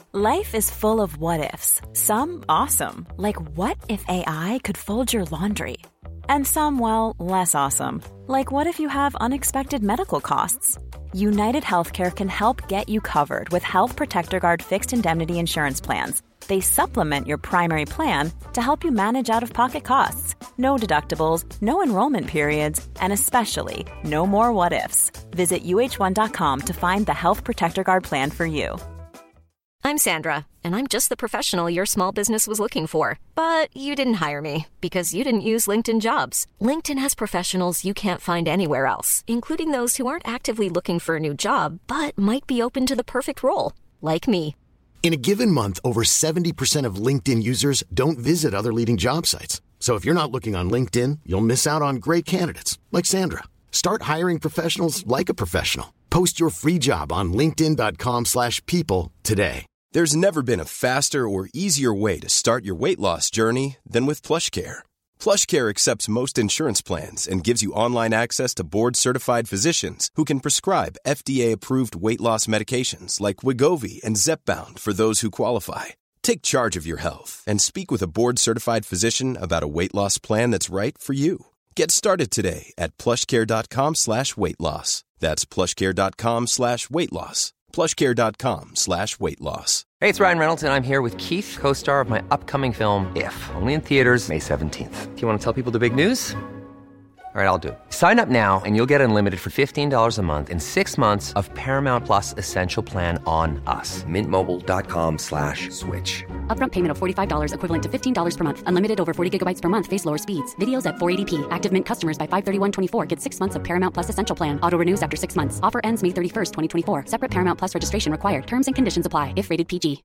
Life is full of what-ifs. Some awesome, like what if AI could fold your laundry? And some, well, less awesome, like what if you have unexpected medical costs? United Healthcare can help get you covered with Health Protector Guard fixed indemnity insurance plans. They supplement your primary plan to help you manage out-of-pocket costs. No deductibles, no enrollment periods, and especially no more what-ifs. Visit uh1.com to find the Health Protector Guard plan for you. I'm Sandra, and I'm just the professional your small business was looking for. But you didn't hire me because you didn't use LinkedIn Jobs. LinkedIn has professionals you can't find anywhere else, including those who aren't actively looking for a new job, but might be open to the perfect role, like me. In a given month, over 70% of LinkedIn users don't visit other leading job sites. So if you're not looking on LinkedIn, you'll miss out on great candidates like Sandra. Start hiring professionals like a professional. Post your free job on linkedin.com/people today. There's never been a faster or easier way to start your weight loss journey than with PlushCare. PlushCare accepts most insurance plans and gives you online access to board-certified physicians who can prescribe FDA-approved weight loss medications like Wegovy and Zepbound for those who qualify. Take charge of your health and speak with a board-certified physician about a weight loss plan that's right for you. Get started today at plushcare.com/weightloss. That's plushcare.com/weightloss. plushcare.com/weightloss. Hey, it's Ryan Reynolds, and I'm here with Keith, co-star of my upcoming film, If, only in theaters May 17th. Do you want to tell people the big news? All right, I'll do it. Sign up now and you'll get unlimited for $15 a month and 6 months of Paramount Plus Essential Plan on us. Mintmobile.com/switch. Upfront payment of $45 equivalent to $15 per month. Unlimited over 40 gigabytes per month. Face lower speeds. Videos at 480p. Active Mint customers by 531.24 get 6 months of Paramount Plus Essential Plan. Auto renews after 6 months. Offer ends May 31st, 2024. Separate Paramount Plus registration required. Terms and conditions apply if rated PG.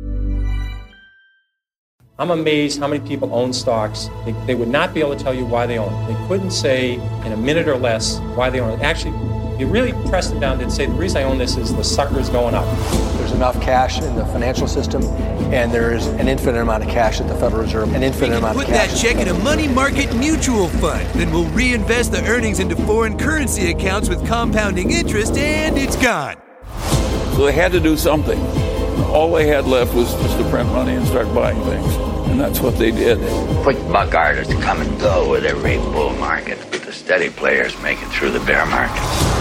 I'm amazed how many people own stocks. They would not be able to tell you why they own it. They couldn't say in a minute or less why they own it. Actually, you really press them down and say, the reason I own this is the sucker's going up. There's enough cash in the financial system, and there's an infinite amount of cash at the Federal Reserve. An infinite amount of cash. Put that check in a money market mutual fund. Then we'll reinvest the earnings into foreign currency accounts with compounding interest, and it's gone. So they had to do something. All they had left was just to print money and start buying things. And that's what they did. Quick buck artists come and go with every bull market, but the steady players make it through the bear market.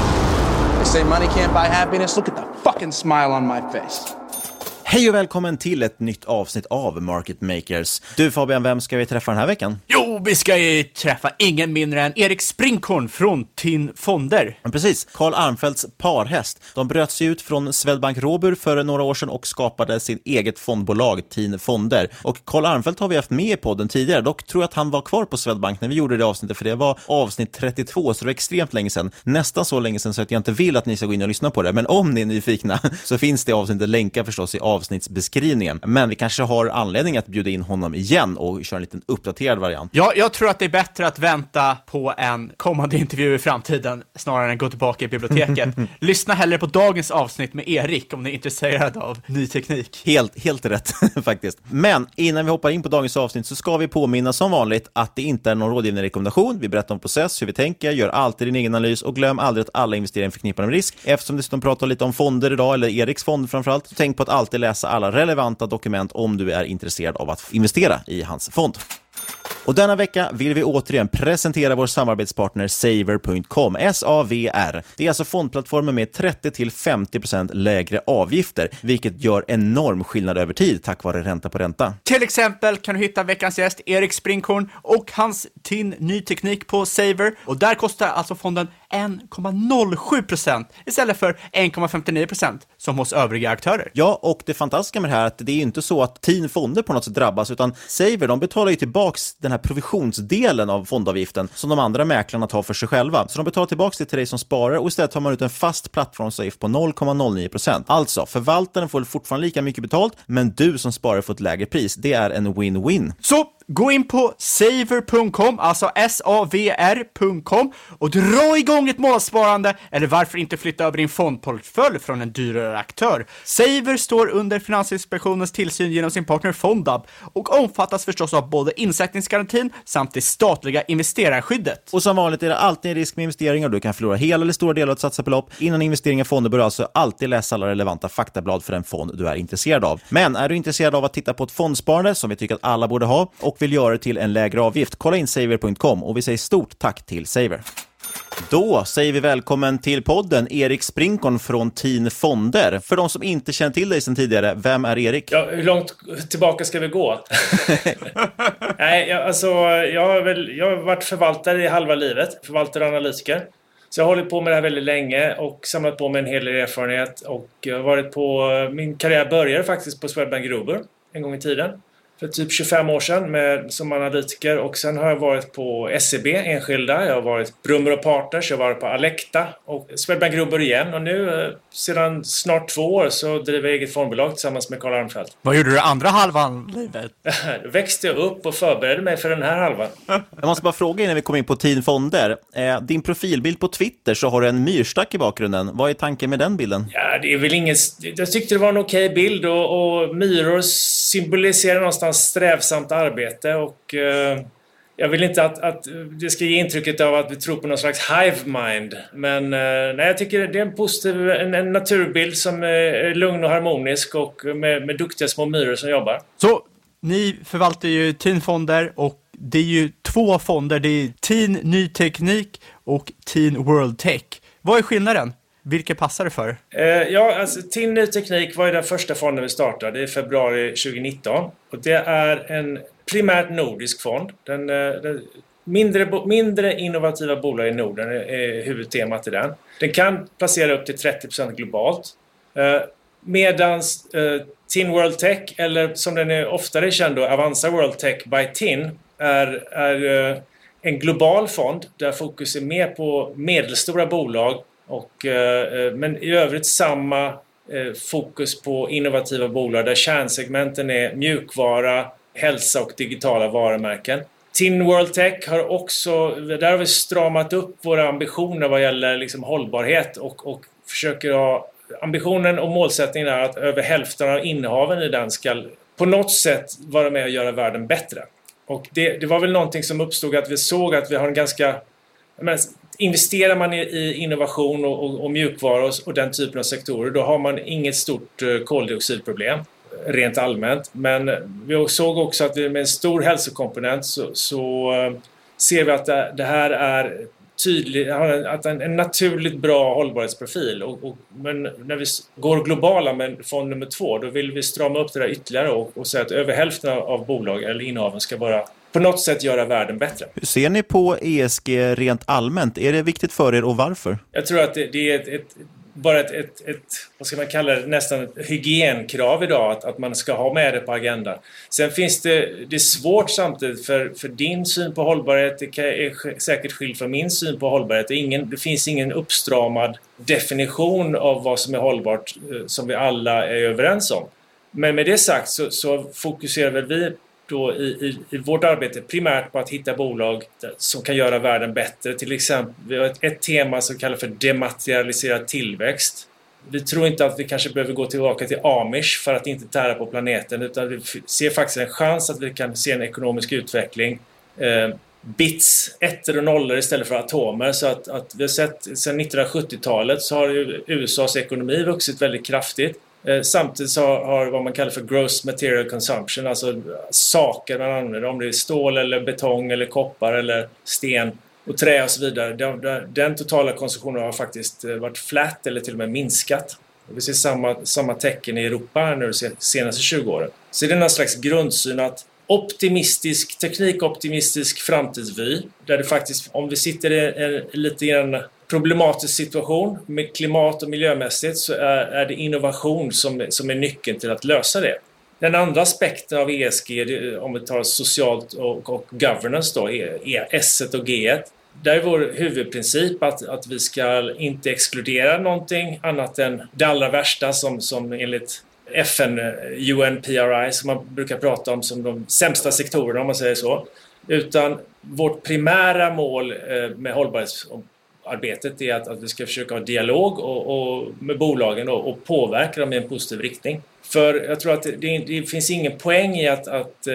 They say money can't buy happiness. Look at the fucking smile on my face. Hej och välkommen till ett nytt avsnitt av Market Makers. Du Fabian, vem ska vi träffa den här veckan? Jo, vi ska ju träffa ingen mindre än Erik Sprinchorn från TIN Fonder. Ja, precis, Carl Armfeldts parhäst. De bröt sig ut från Swedbank Robur för några år sedan och skapade sin eget fondbolag TIN Fonder. Och Carl Armfeldt har vi haft med i podden tidigare. Dock tror jag att han var kvar på Swedbank när vi gjorde det avsnittet, för det var avsnitt 32, så det var extremt länge sedan. Nästan så länge sedan så att jag inte vill att ni ska gå in och lyssna på det. Men om ni är nyfikna så finns det avsnittet länkar förstås i avsnittsbeskrivningen. Men vi kanske har anledning att bjuda in honom igen och köra en liten uppdaterad variant. Ja, jag tror att det är bättre att vänta på en kommande intervju i framtiden snarare än gå tillbaka i biblioteket. Lyssna hellre på dagens avsnitt med Erik om ni är intresserade av ny teknik. Helt rätt faktiskt. Men innan vi hoppar in på dagens avsnitt så ska vi påminna som vanligt att det inte är någon rådgivande rekommendation. Vi berättar om process, hur vi tänker, gör alltid din egen analys och glöm aldrig att alla investeringar förknippar med risk. Eftersom dessutom pratar lite om fonder idag, eller Eriks fond framförallt, så tänk på att alltid läsa alla relevanta dokument om du är intresserad av att investera i hans fond. Och denna vecka vill vi återigen presentera vår samarbetspartner Savr.com, SAVR. Det är alltså fondplattformen med 30-50% lägre avgifter, vilket gör enorm skillnad över tid tack vare ränta på ränta. Till exempel kan du hitta veckans gäst Erik Sprinchorn och hans TIN ny teknik på Savr. Och där kostar alltså fonden 1,07% istället för 1,59% som hos övriga aktörer. Ja, och det fantastiska med det här är att det är ju inte så att TIN fonder på något sätt drabbas, utan Savr, de betalar ju tillbaks den här provisionsdelen av fondavgiften som de andra mäklarna tar för sig själva. Så de betalar tillbaks det till dig som sparar och istället tar man ut en fast plattformsavgift på 0,09%. Alltså, förvaltaren får fortfarande lika mycket betalt, men du som sparar får ett lägre pris. Det är en win-win. Så Gå in på savr.com, alltså savr.com, och dra igång ett målsparande, eller varför inte flytta över din fondportfölj från en dyrare aktör. Savr står under Finansinspektionens tillsyn genom sin partner Fondab och omfattas förstås av både insättningsgarantin samt det statliga investerarskyddet. Och som vanligt är det alltid en risk med investeringar och du kan förlora hela eller stora delar av ett satsat belopp. Innan investeringar i fonder bör du alltså alltid läsa alla relevanta faktablad för den fond du är intresserad av. Men är du intresserad av att titta på ett fondsparande som vi tycker att alla borde ha och vill göra det till en lägre avgift, kolla in savr.com och vi säger stort tack till Savr. Då säger vi välkommen till podden Erik Sprinchorn från TIN Fonder. För de som inte känner till dig sedan tidigare, vem är Erik? Ja, hur långt tillbaka ska vi gå? Nej, jag har varit förvaltare i halva livet, förvaltare och analytiker. Så jag har hållit på med det här väldigt länge och samlat på mig en hel del erfarenhet. Och jag har varit på, min karriär började faktiskt på Swedbank Robur en gång i tiden. För typ 25 år sedan som analytiker, och sen har jag varit på SEB enskilda, jag har varit på Brummer och Partners, jag har varit på Alecta och Swedbank Robur igen, och nu sedan snart 2 år så driver jag eget fondbolag tillsammans med Carl Armfelt. Vad gjorde du andra halvan livet? Då växte jag upp och förberedde mig för den här halvan. Jag måste bara fråga innan vi kommer in på TIN Fonder. Din profilbild på Twitter så har du en myrstack i bakgrunden. Vad är tanken med den bilden? Ja, det är väl inget... Jag tyckte det var en okej bild och myror symboliserar någonstans strävsamt arbete, och jag vill inte att det ska ge intrycket av att vi tror på någon slags hive mind, men nej, jag tycker det är en positiv en naturbild som är lugn och harmonisk och med duktiga små myror som jobbar. Så ni förvaltar ju TIN Fonder, och det är ju 2 fonder, det är TIN Ny Teknik och TIN World Tech. Vad är skillnaden? Vilka passar det för? Ja, alltså TIN Ny Teknik var ju den första fonden vi startade i februari 2019. Och det är en primärt nordisk fond. Den mindre innovativa bolag i Norden är huvudtemat i den. Den kan placera upp till 30% globalt. Medans TIN World Tech, eller som den är oftare känd då, Avanza World Tech by TIN, är en global fond där fokus är mer på medelstora bolag. Men i övrigt samma fokus på innovativa bolag där kärnsegmenten är mjukvara, hälsa och digitala varumärken. TIN World Tech har också, där har vi stramat upp våra ambitioner vad gäller liksom hållbarhet och försöker ha ambitionen och målsättningen är att över hälften av innehaven i den ska på något sätt vara med och göra världen bättre. Och det var väl någonting som uppstod att vi såg att vi har en ganska... Investerar man i innovation och mjukvara och den typen av sektorer, då har man inget stort koldioxidproblem rent allmänt. Men vi såg också att med en stor hälsokomponent så ser vi att det här är tydligt, att en naturligt bra hållbarhetsprofil. Men när vi går globala med fond nummer 2, då vill vi strama upp det där ytterligare och säga att över hälften av bolag eller innehaven ska bara på något sätt göra världen bättre. Hur ser ni på ESG rent allmänt? Är det viktigt för er och varför? Jag tror att det är bara ett vad ska man kalla det, nästan ett hygienkrav idag att man ska ha med det på agendan. Sen finns det är svårt samtidigt för din syn på hållbarhet är säkert skild från min syn på hållbarhet. Det finns ingen uppstramad definition av vad som är hållbart som vi alla är överens om. Men med det sagt så fokuserar väl vi då i vårt arbete primärt på att hitta bolag som kan göra världen bättre. Till exempel, vi har ett tema som kallas för dematerialiserad tillväxt. Vi tror inte att vi kanske behöver gå tillbaka till Amish för att inte tära på planeten, utan vi ser faktiskt en chans att vi kan se en ekonomisk utveckling. Bits, ettor och nollor istället för atomer. Så att vi har sett sedan 1970-talet så har ju USAs ekonomi vuxit väldigt kraftigt. Samtidigt så har vad man kallar för gross material consumption, alltså saker man använder, om det är stål eller betong eller koppar eller sten och trä och så vidare. Den totala konsumtionen har faktiskt varit flat eller till och med minskat. Vi ser samma tecken i Europa nu de senaste 20 åren. Så det är någon slags grundsyn att teknikoptimistisk framtidsvy, där det faktiskt, om vi sitter i en lite grann problematisk situation med klimat och miljömässigt, så är det innovation som är nyckeln till att lösa det. Den andra aspekten av ESG, om vi tar socialt och governance då, S1 och G1, där är vår huvudprincip att vi ska inte exkludera någonting annat än det allra värsta som enligt FN, UNPRI, som man brukar prata om som de sämsta sektorerna, om man säger så. Utan vårt primära mål med hållbarhetsarbetet är att vi ska försöka ha dialog och med bolagen och påverka dem i en positiv riktning. För jag tror att det finns ingen poäng i att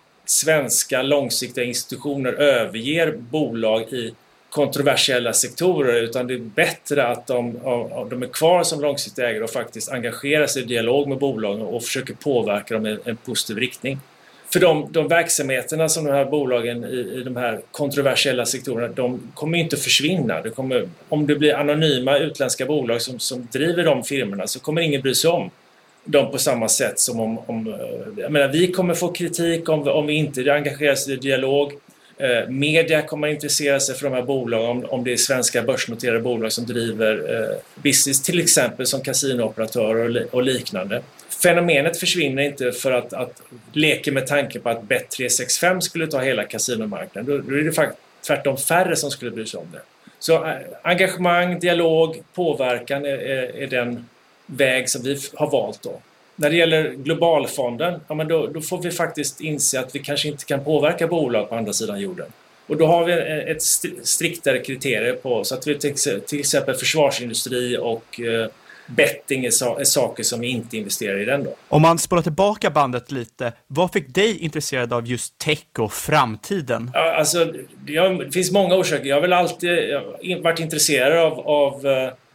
svenska långsiktiga institutioner överger bolag i kontroversiella sektorer, utan det är bättre att de är kvar som långsiktiga ägare och faktiskt engagerar sig i dialog med bolagen och försöker påverka dem i en positiv riktning. För de verksamheterna som de här bolagen i de här kontroversiella sektorerna, de kommer inte att försvinna. Om det blir anonyma utländska bolag som driver de firmorna, så kommer ingen bry sig om dem på samma sätt som jag menar, vi kommer få kritik om vi inte engagerar oss i dialog. Media kommer att intressera sig för de här bolagen om det är svenska börsnoterade bolag som driver business, till exempel som kasinooperatörer och liknande. Fenomenet försvinner inte för att leka med tanke på att Bet365 skulle ta hela kasinomarknaden. Då är det faktiskt tvärtom färre som skulle bry sig om det. Så engagemang, dialog, påverkan är den väg som vi har valt då. När det gäller globalfonden, ja, men då får vi faktiskt inse att vi kanske inte kan påverka bolag på andra sidan jorden. Och då har vi ett striktare kriterier på, så att vi till exempel försvarsindustri och betting är saker som vi inte investerar i den då. Om man spolar tillbaka bandet lite, vad fick dig intresserad av just tech och framtiden? Ja, alltså, det finns många orsaker. Jag har väl alltid varit intresserad av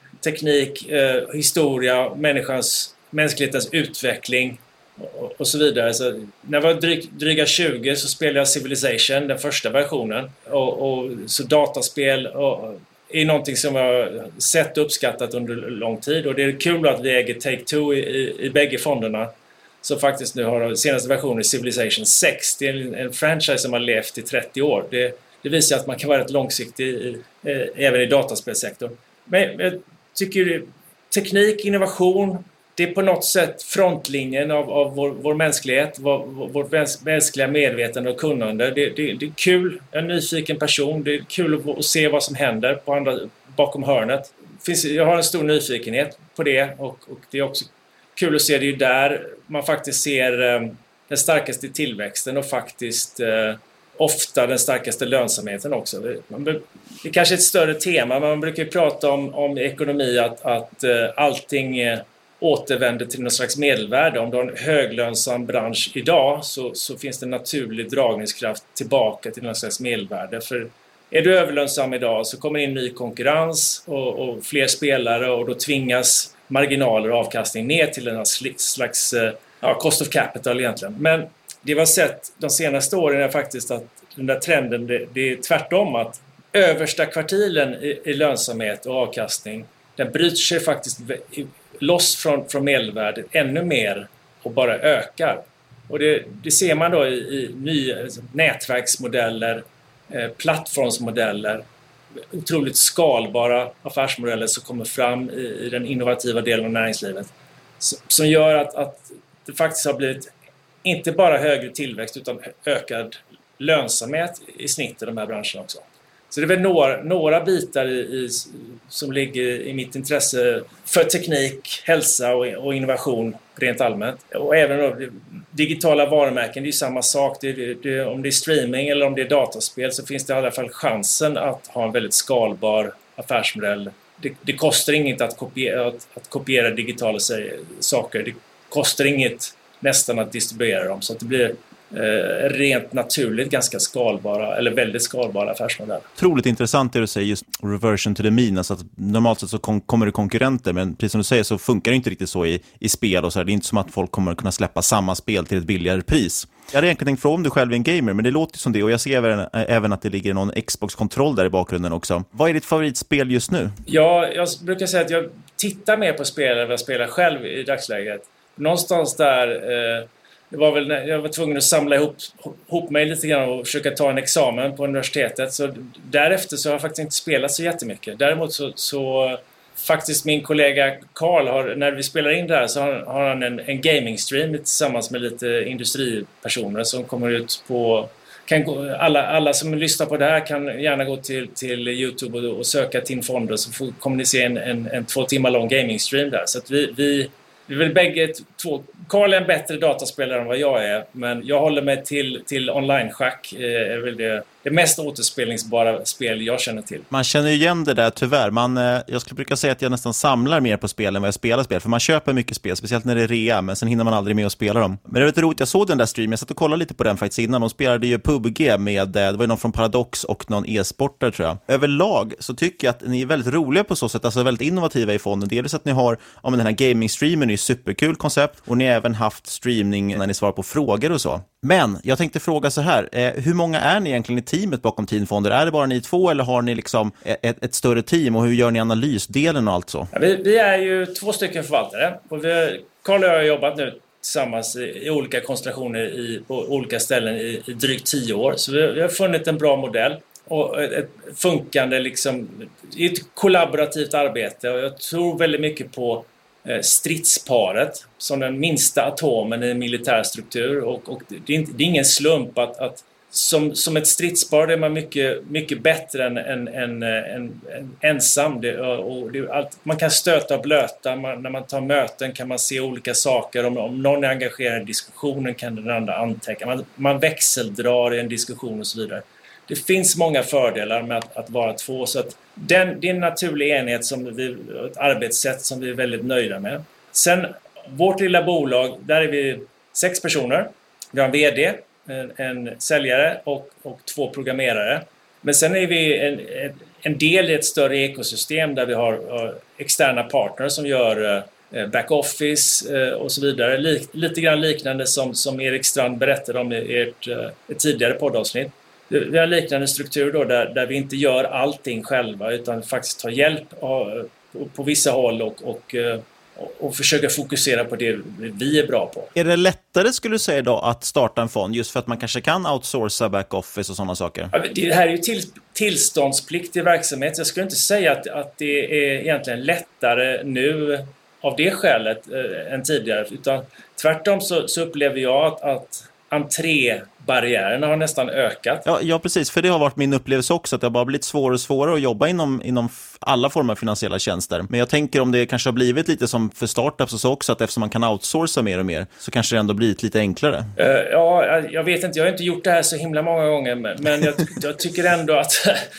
teknik, historia, mänsklighetens utveckling och så vidare. Så när jag var dryga 20 så spelade jag Civilization, den första versionen. Och så dataspel är någonting som jag sett och uppskattat under lång tid. Och det är kul att vi äger Take-Two i bägge fonderna. Så faktiskt nu har senaste versionen Civilization 6. Det är en franchise som har levt i 30 år. Det visar att man kan vara rätt långsiktig även i dataspelsektorn. Men jag tycker teknik, innovation, det är på något sätt frontlinjen av vår mänsklighet, vårt mänskliga medvetande och kunnande. Det är kul, jag är en nyfiken person, det är kul att se vad som händer bakom hörnet. Jag har en stor nyfikenhet på det och det är också kul att se, det är ju där man faktiskt ser den starkaste tillväxten och faktiskt ofta den starkaste lönsamheten också. Det är kanske ett större tema, men man brukar ju prata om ekonomi att allting återvänder till någon slags medelvärde. Om du har en höglönsam bransch idag så finns det en naturlig dragningskraft tillbaka till någon slags medelvärde. För är du överlönsam idag så kommer in ny konkurrens och fler spelare och då tvingas marginaler och avkastning ner till en slags cost of capital egentligen. Men det vi har sett de senaste åren är faktiskt att den där trenden, det är tvärtom, att översta kvartilen i lönsamhet och avkastning, den bryter sig faktiskt loss från medelvärdet ännu mer och bara ökar. Och det ser man då i nya nätverksmodeller, plattformsmodeller, otroligt skalbara affärsmodeller som kommer fram i den innovativa delen av näringslivet. Som gör att det faktiskt har blivit inte bara högre tillväxt utan ökad lönsamhet i snitt i de här branscherna också. Så det är väl några bitar som ligger i mitt intresse för teknik, hälsa och innovation rent allmänt. Och även då, digitala varumärken, det är ju samma sak. Om det är streaming eller om det är dataspel så finns det i alla fall chansen att ha en väldigt skalbar affärsmodell. Det kostar inget att kopiera digitala saker. Det kostar inget nästan att distribuera dem, så att det blir rent naturligt ganska skalbara eller väldigt skalbara affärsmodeller. Otroligt intressant det du säger, just reversion to the mean, alltså att normalt sett så kommer det konkurrenter, men precis som du säger så funkar det inte riktigt så i spel och så här. Det är inte som att folk kommer kunna släppa samma spel till ett billigare pris. Jag hade egentligen tänkt fråga om du själv är en gamer, men det låter som det, och jag ser även att det ligger någon Xbox-kontroll där i bakgrunden också. Vad är ditt favoritspel just nu? Ja, jag brukar säga att jag tittar mer på spel än vad jag spelar själv i dagsläget. Någonstans där jag var tvungen att samla ihop mig lite grann och försöka ta en examen på universitetet. Så därefter så har jag faktiskt inte spelat så jättemycket. Däremot så faktiskt min kollega Carl när vi spelar in det här så har han en gaming-stream tillsammans med lite industripersoner som kommer ut på... Alla som lyssnar på det här kan gärna gå till YouTube och söka Tin Fonder, så kommer ni se en 2 timmar lång gaming-stream där. Så att vi vi är väl bägge två. Carl är en bättre dataspelare än vad jag är, men jag håller mig till online-schack. Är väl det mest återspelningsbara spel jag känner till. Man känner ju igen det där tyvärr. Jag skulle brukar säga att jag nästan samlar mer på spel än vad jag spelar spel. För man köper mycket spel, speciellt när det är rea, men sen hinner man aldrig med att spela dem. Men det är lite roligt, jag såg den där streamen, jag satt och kollade lite på den faktiskt innan. De spelade ju PUBG med, det var ju någon från Paradox och någon e-sportare tror jag. Överlag så tycker jag att ni är väldigt roliga på så sätt, alltså väldigt innovativa i fonden. Dels att ni har, men den här gaming-streamen är ju superkul koncept, och ni har även haft streaming när ni svarar på frågor och så. Men jag tänkte fråga så här, hur många är ni egentligen i teamet bakom Teamfonder? Är det bara ni två eller har ni liksom ett större team, och hur gör ni analysdelen och allt så? Ja, vi är ju 2 stycken förvaltare, och Carl och jag har jobbat nu tillsammans i olika konstellationer på olika ställen i drygt 10 år. Så vi har funnit en bra modell och ett funkande liksom, ett kollaborativt arbete, och jag tror väldigt mycket på stridsparet som den minsta atomen i en militär struktur, och det är ingen slump att som ett stridspar är man mycket bättre än ensam. Man kan stöta och blöta. När man tar möten kan man se olika saker. Om någon är engagerad i diskussionen kan den andra anteckna. Man växeldrar i en diskussion och så vidare. Det finns många fördelar med att vara två, så att det är en naturlig enhet, ett arbetssätt som vi är väldigt nöjda med. Sen vårt lilla bolag, där är vi 6 personer. Vi har en vd, en säljare och 2 programmerare. Men sen är vi en del i ett större ekosystem där vi har externa partners som gör backoffice och så vidare. Lite grann liknande som Erik Strand berättade om i ett tidigare poddavsnitt. Vi har liknande struktur då, där vi inte gör allting själva utan faktiskt tar hjälp på vissa håll och försöka fokusera på det vi är bra på. Är det lättare, skulle du säga då, att starta en fond just för att man kanske kan outsourca backoffice och sådana saker? Ja, det här är ju tillståndspliktig verksamhet. Jag skulle inte säga att det är egentligen lättare nu av det skälet än tidigare, utan tvärtom så upplever jag att entrébarriärerna har nästan ökat. Ja, precis. För det har varit min upplevelse också, att det har bara blivit svårare och svårare att jobba inom alla former av finansiella tjänster. Men jag tänker om det kanske har blivit lite som för startups och så också, att eftersom man kan outsourca mer och mer så kanske det ändå blivit lite enklare. Ja, jag vet inte. Jag har inte gjort det här så himla många gånger, men jag tycker ändå att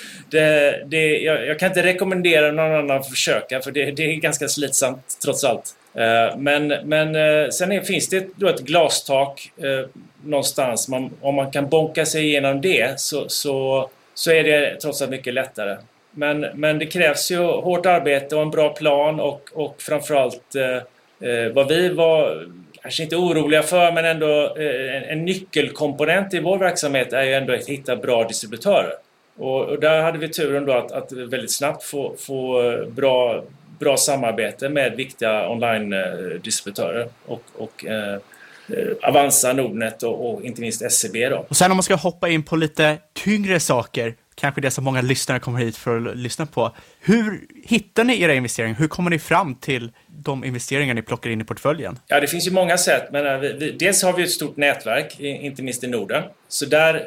jag kan inte rekommendera någon annan att försöka, för det är ganska slitsamt trots allt. Men sen finns det då ett glastak någonstans. Om man kan bonka sig igenom det så är det trots allt mycket lättare. Men det krävs ju hårt arbete och en bra plan och framförallt vad vi var kanske inte oroliga för, men ändå en nyckelkomponent i vår verksamhet är ju ändå att hitta bra distributörer. Och där hade vi turen då att väldigt snabbt få bra samarbete med viktiga online-distributörer och Avanza, Nordnet och inte minst SCB då. Och sen om man ska hoppa in på lite tyngre saker, kanske det som många lyssnare kommer hit för att lyssna på. Hur hittar ni era investeringar? Hur kommer ni fram till de investeringar ni plockar in i portföljen? Ja, det finns ju många sätt, men dels har vi ett stort nätverk, inte minst i Norden. Så där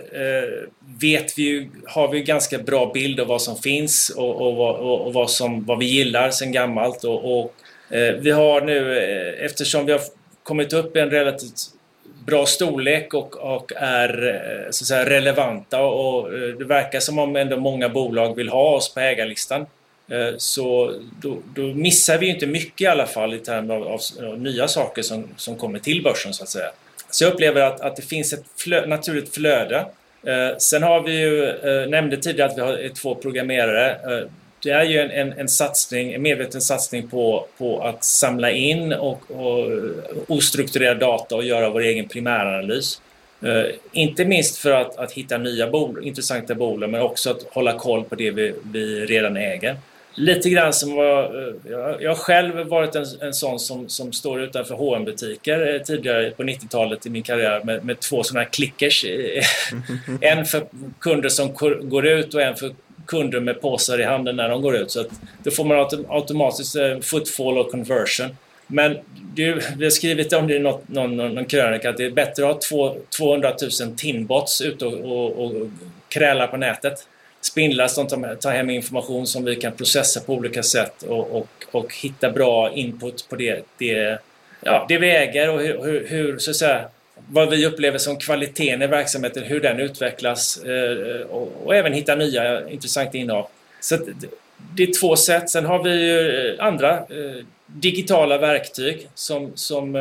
har vi ganska bra bild av vad som finns och vad vi gillar sedan gammalt. Och vi har nu, eftersom vi har kommit upp i en relativt bra storlek och är så att säga relevanta, och det verkar som om ändå många bolag vill ha oss på ägarlistan, så då missar vi inte mycket i alla fall i termer av nya saker som kommer till börsen så att säga. Så jag upplever att det finns ett naturligt flöde. Sen har vi ju nämnde tidigare att vi har 2 programmerare. Det är ju en medveten satsning på att samla in och ostrukturerad data och göra vår egen primäranalys. Inte minst för att hitta nya intressanta bolag, men också att hålla koll på det vi redan äger. Lite grann som jag har själv varit en sån som står utanför H&M-butiker tidigare på 90-talet i min karriär med 2 sådana här klickers. En för kunder som går ut och en för kunder med påsar i handen när de går ut. Så att då får man automatiskt footfall och conversion. Men vi har skrivit om det i någon krönika att det är bättre att ha 200 000 tinbots ute och kräla på nätet. Spindlar som tar hem information som vi kan processa på olika sätt och hitta bra input på det vi äger och hur så att säga, vad vi upplever som kvaliteten i verksamheten, hur den utvecklas och även hitta nya intressanta innehav. Så det är 2 sätt. Sen har vi ju andra digitala verktyg som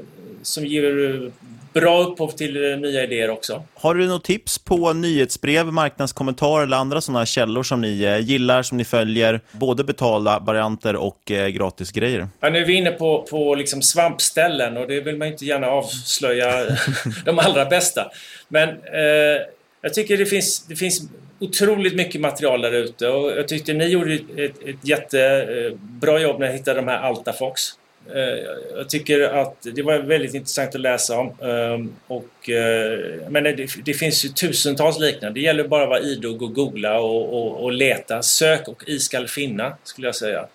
ger bra upphov till nya idéer också. Har du något tips på nyhetsbrev, marknadskommentarer eller andra sådana källor som ni gillar, som ni följer, både betala varianter och gratis grejer? Ja, nu är vi inne på liksom svampställen och det vill man inte gärna avslöja de allra bästa. Men jag tycker det finns otroligt mycket material där ute och jag tyckte ni gjorde ett jättebra jobb när ni hittade de här Altafox. Jag tycker att det var väldigt intressant att läsa om men det finns ju tusentals liknande. Det gäller bara att vara idog och googla och leta. Sök och i skall finna, skulle jag säga.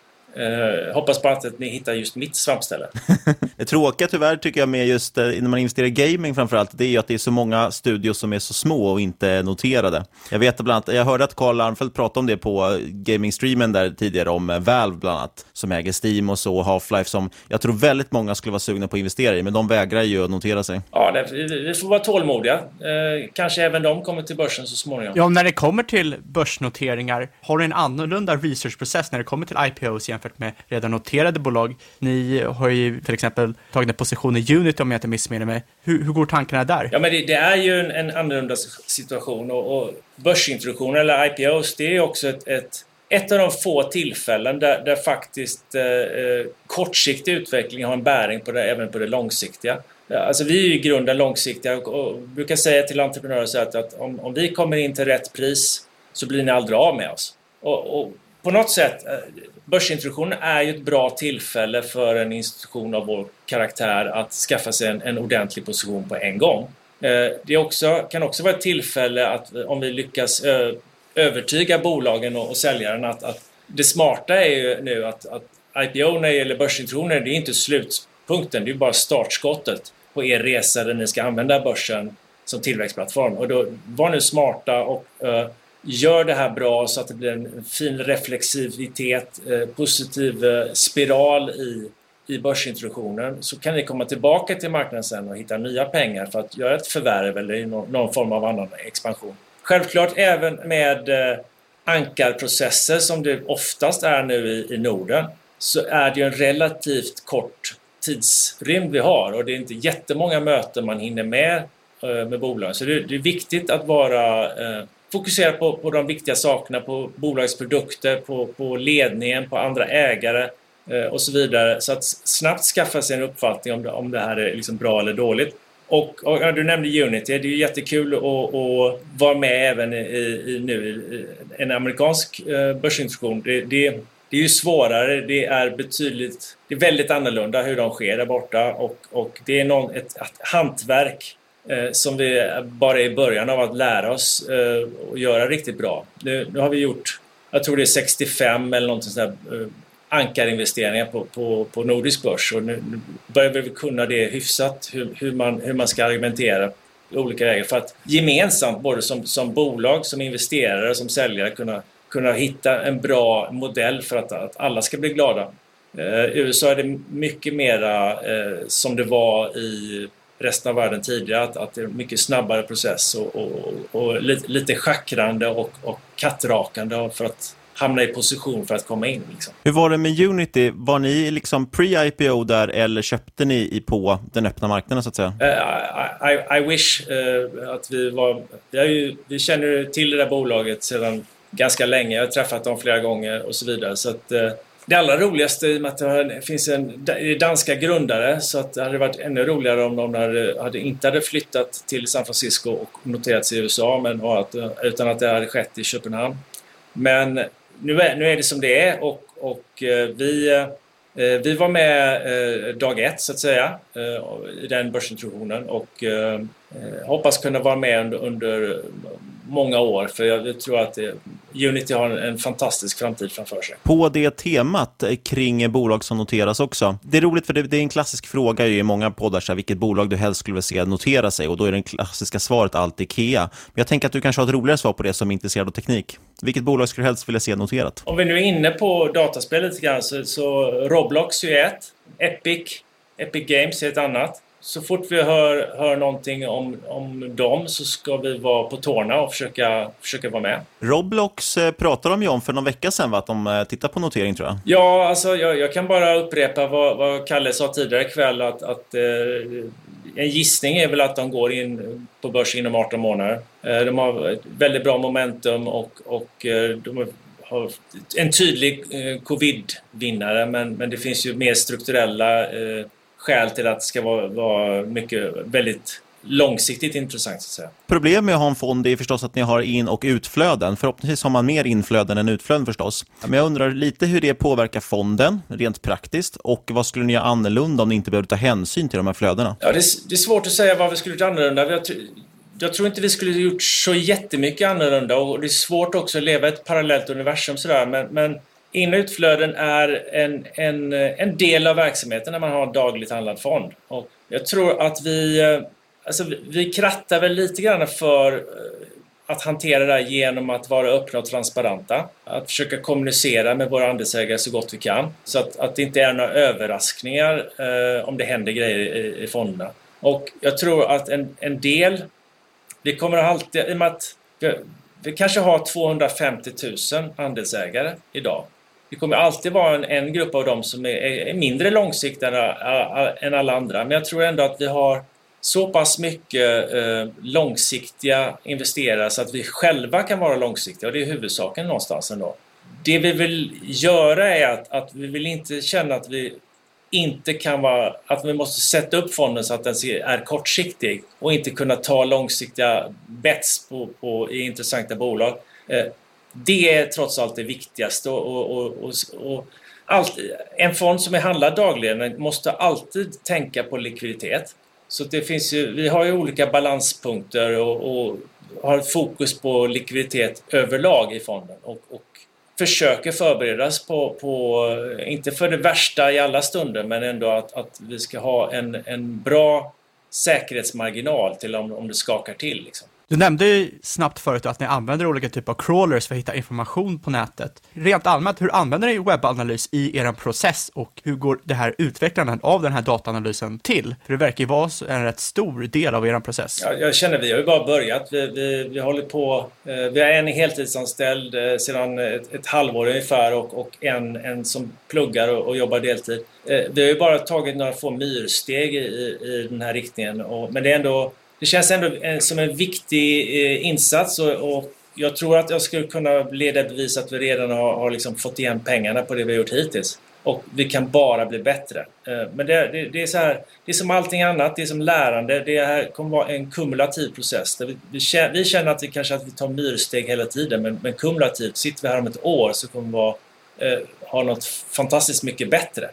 Hoppas bara att ni hittar just mitt svampställe. Det tråkiga tyvärr tycker jag med just när man investerar i gaming framförallt, det är ju att det är så många studios som är så små och inte noterade. Jag vet bland annat, jag hörde att Carl Armfelt pratade om det på gaming-streamen där tidigare om Valve bland annat, som äger Steam och så, Half-Life, som jag tror väldigt många skulle vara sugna på att investera i, men de vägrar ju att notera sig. Ja, vi får vara tålmodiga. Kanske även de kommer till börsen så småningom. Ja, när det kommer till börsnoteringar, har du en annorlunda researchprocess när det kommer till IPOs jämfört med redan noterade bolag? Ni har ju till exempel tagit en position i Unity om jag inte missminner mig. Hur går tankarna där? Ja, men det är ju en annorlunda situation och börsintroduktioner eller IPOs, det är också ett av de få tillfällen där faktiskt kortsiktig utveckling har en bäring på det, även på det långsiktiga. Alltså vi är ju i grunden långsiktiga och brukar säga till entreprenörer att om vi kommer in till rätt pris så blir ni aldrig av med oss. Och på något sätt, börsintroduktionen är ju ett bra tillfälle för en institution av vår karaktär att skaffa sig en ordentlig position på en gång. Det kan också vara ett tillfälle att om vi lyckas övertyga bolagen och säljaren att det smarta är ju nu att IPO när det gäller börsintroduktioner, det är inte slutpunkten, det är bara startskottet på er resa där ni ska använda börsen som tillväxtplattform. Och då var nu smarta och gör det här bra så att det blir en fin reflexivitet, positiv spiral i börsintroduktionen, så kan ni komma tillbaka till marknaden sen och hitta nya pengar för att göra ett förvärv eller någon form av annan expansion. Självklart även med ankarprocesser som det oftast är nu i Norden, så är det ju en relativt kort tidsrymd vi har och det är inte jättemånga möten man hinner med bolagen. Så det är viktigt att vara fokusera på de viktiga sakerna, på bolagsprodukter, på ledningen, på andra ägare och så vidare, så att snabbt skaffa sig en uppfattning om det här är liksom bra eller dåligt. Och du nämnde Unity, det är ju jättekul att vara med även i en amerikansk börsintroduktion. Det är ju svårare, det är väldigt annorlunda hur de sker där borta och det är ett hantverk som vi bara är i början av att lära oss och göra riktigt bra. Nu har vi gjort, jag tror det är 65 eller någonting sådär ankarinvesteringar på nordisk börs och nu börjar vi kunna det hyfsat hur man ska argumentera i olika vägar för att gemensamt både som bolag, som investerare, som säljare kunna hitta en bra modell för att alla ska bli glada. I USA är det mycket mera som det var i resten av världen tidigare, att det är en mycket snabbare process och lite schackrande och kattrakande för att hamna i position för att komma in. Liksom. Hur var det med Unity? Var ni liksom pre-IPO där eller köpte ni på den öppna marknaden så att säga? I wish att vi var... Vi känner till det där bolaget sedan ganska länge. Jag har träffat dem flera gånger och så vidare. Så att, det allra roligaste i och med att det finns en danska grundare, så att det hade varit ännu roligare om de inte hade flyttat till San Francisco och noterats i USA utan att det hade skett i Köpenhamn. Men nu är det som det är och vi var med dag 1 så att säga i den börsintroduktionen och hoppas kunna vara med under många år, för jag tror att Unity har en fantastisk framtid framför sig. På det temat kring bolag som noteras också. Det är roligt för det är en klassisk fråga i många poddar, så här, vilket bolag du helst skulle vilja se notera sig, och då är det klassiska svaret alltid IKEA. Men jag tänker att du kanske har ett roligare svar på det som är intresserad av teknik. Vilket bolag skulle du helst vilja se noterat? Om vi nu är inne på dataspel lite grann så Roblox är ett, Epic Epic Games är ett annat. Så fort vi hör någonting om dem så ska vi vara på tårna och försöka vara med. Roblox pratade de ju om för någon vecka sedan, att de tittar på notering, tror jag. Ja, alltså jag kan bara upprepa vad Kalle sa tidigare ikväll, att en gissning är väl att de går in på börs inom 18 månader. De har ett väldigt bra momentum och de har en tydlig covid-vinnare, men det finns ju mer strukturella skäl till att det ska vara mycket väldigt långsiktigt intressant, så att säga. Problemet med att ha en fond är förstås att ni har in- och utflöden. Förhoppningsvis har man mer inflöden än utflöden förstås. Men jag undrar lite hur det påverkar fonden rent praktiskt, och vad skulle ni göra annorlunda om ni inte behövde ta hänsyn till de här flödena? Ja, det är svårt att säga vad vi skulle göra annorlunda. Jag tror inte vi skulle gjort så jättemycket annorlunda, och det är svårt också att leva ett parallellt universum sådär, men in- och utflöden är en del av verksamheten när man har en dagligt handlad fond. Och jag tror att vi krattar väl lite grann för att hantera det här genom att vara öppna och transparenta. Att försöka kommunicera med våra andelsägare så gott vi kan. Så att det inte är några överraskningar om det händer grejer i fonderna. Och jag tror att en del, vi kommer alltid, i och med att vi kanske har 250 000 andelsägare idag. Det kommer alltid vara en grupp av dem som är mindre långsiktiga än alla andra. Men jag tror ändå att vi har så pass mycket långsiktiga investerare så att vi själva kan vara långsiktiga. Och det är huvudsaken någonstans ändå. Det vi vill göra är att vi vill inte känna att vi inte kan vara, att vi måste sätta upp fonden så att den är kortsiktig och inte kunna ta långsiktiga bets i intressanta bolag. Det är trots allt det viktigaste, och en fond som är handlad dagligen måste alltid tänka på likviditet. Så det finns ju, vi har ju olika balanspunkter och har fokus på likviditet överlag i fonden och försöker förberedas på inte för det värsta i alla stunder, men ändå att vi ska ha en bra säkerhetsmarginal till om det skakar till liksom. Du nämnde ju snabbt förut att ni använder olika typer av crawlers för att hitta information på nätet. Rent allmänt, hur använder ni webbanalys i er process, och hur går det här utvecklandet av den här dataanalysen till? För det verkar ju vara en rätt stor del av er process. Ja, jag känner vi har ju bara börjat. Vi håller på, vi har en heltidsanställd sedan ett halvår ungefär och en som pluggar och jobbar deltid. Vi har ju bara tagit några få myrsteg i den här riktningen, men det är ändå, det känns ändå som en viktig insats, och jag tror att jag skulle kunna leda bevis att vi redan har liksom fått igen pengarna på det vi har gjort hittills. Och vi kan bara bli bättre. Men det är så här, det är som allting annat, det är som lärande. Det här kommer vara en kumulativ process. Där vi känner att vi tar myrsteg hela tiden, men kumulativt, sitter vi här om ett år så kommer vi ha något fantastiskt mycket bättre.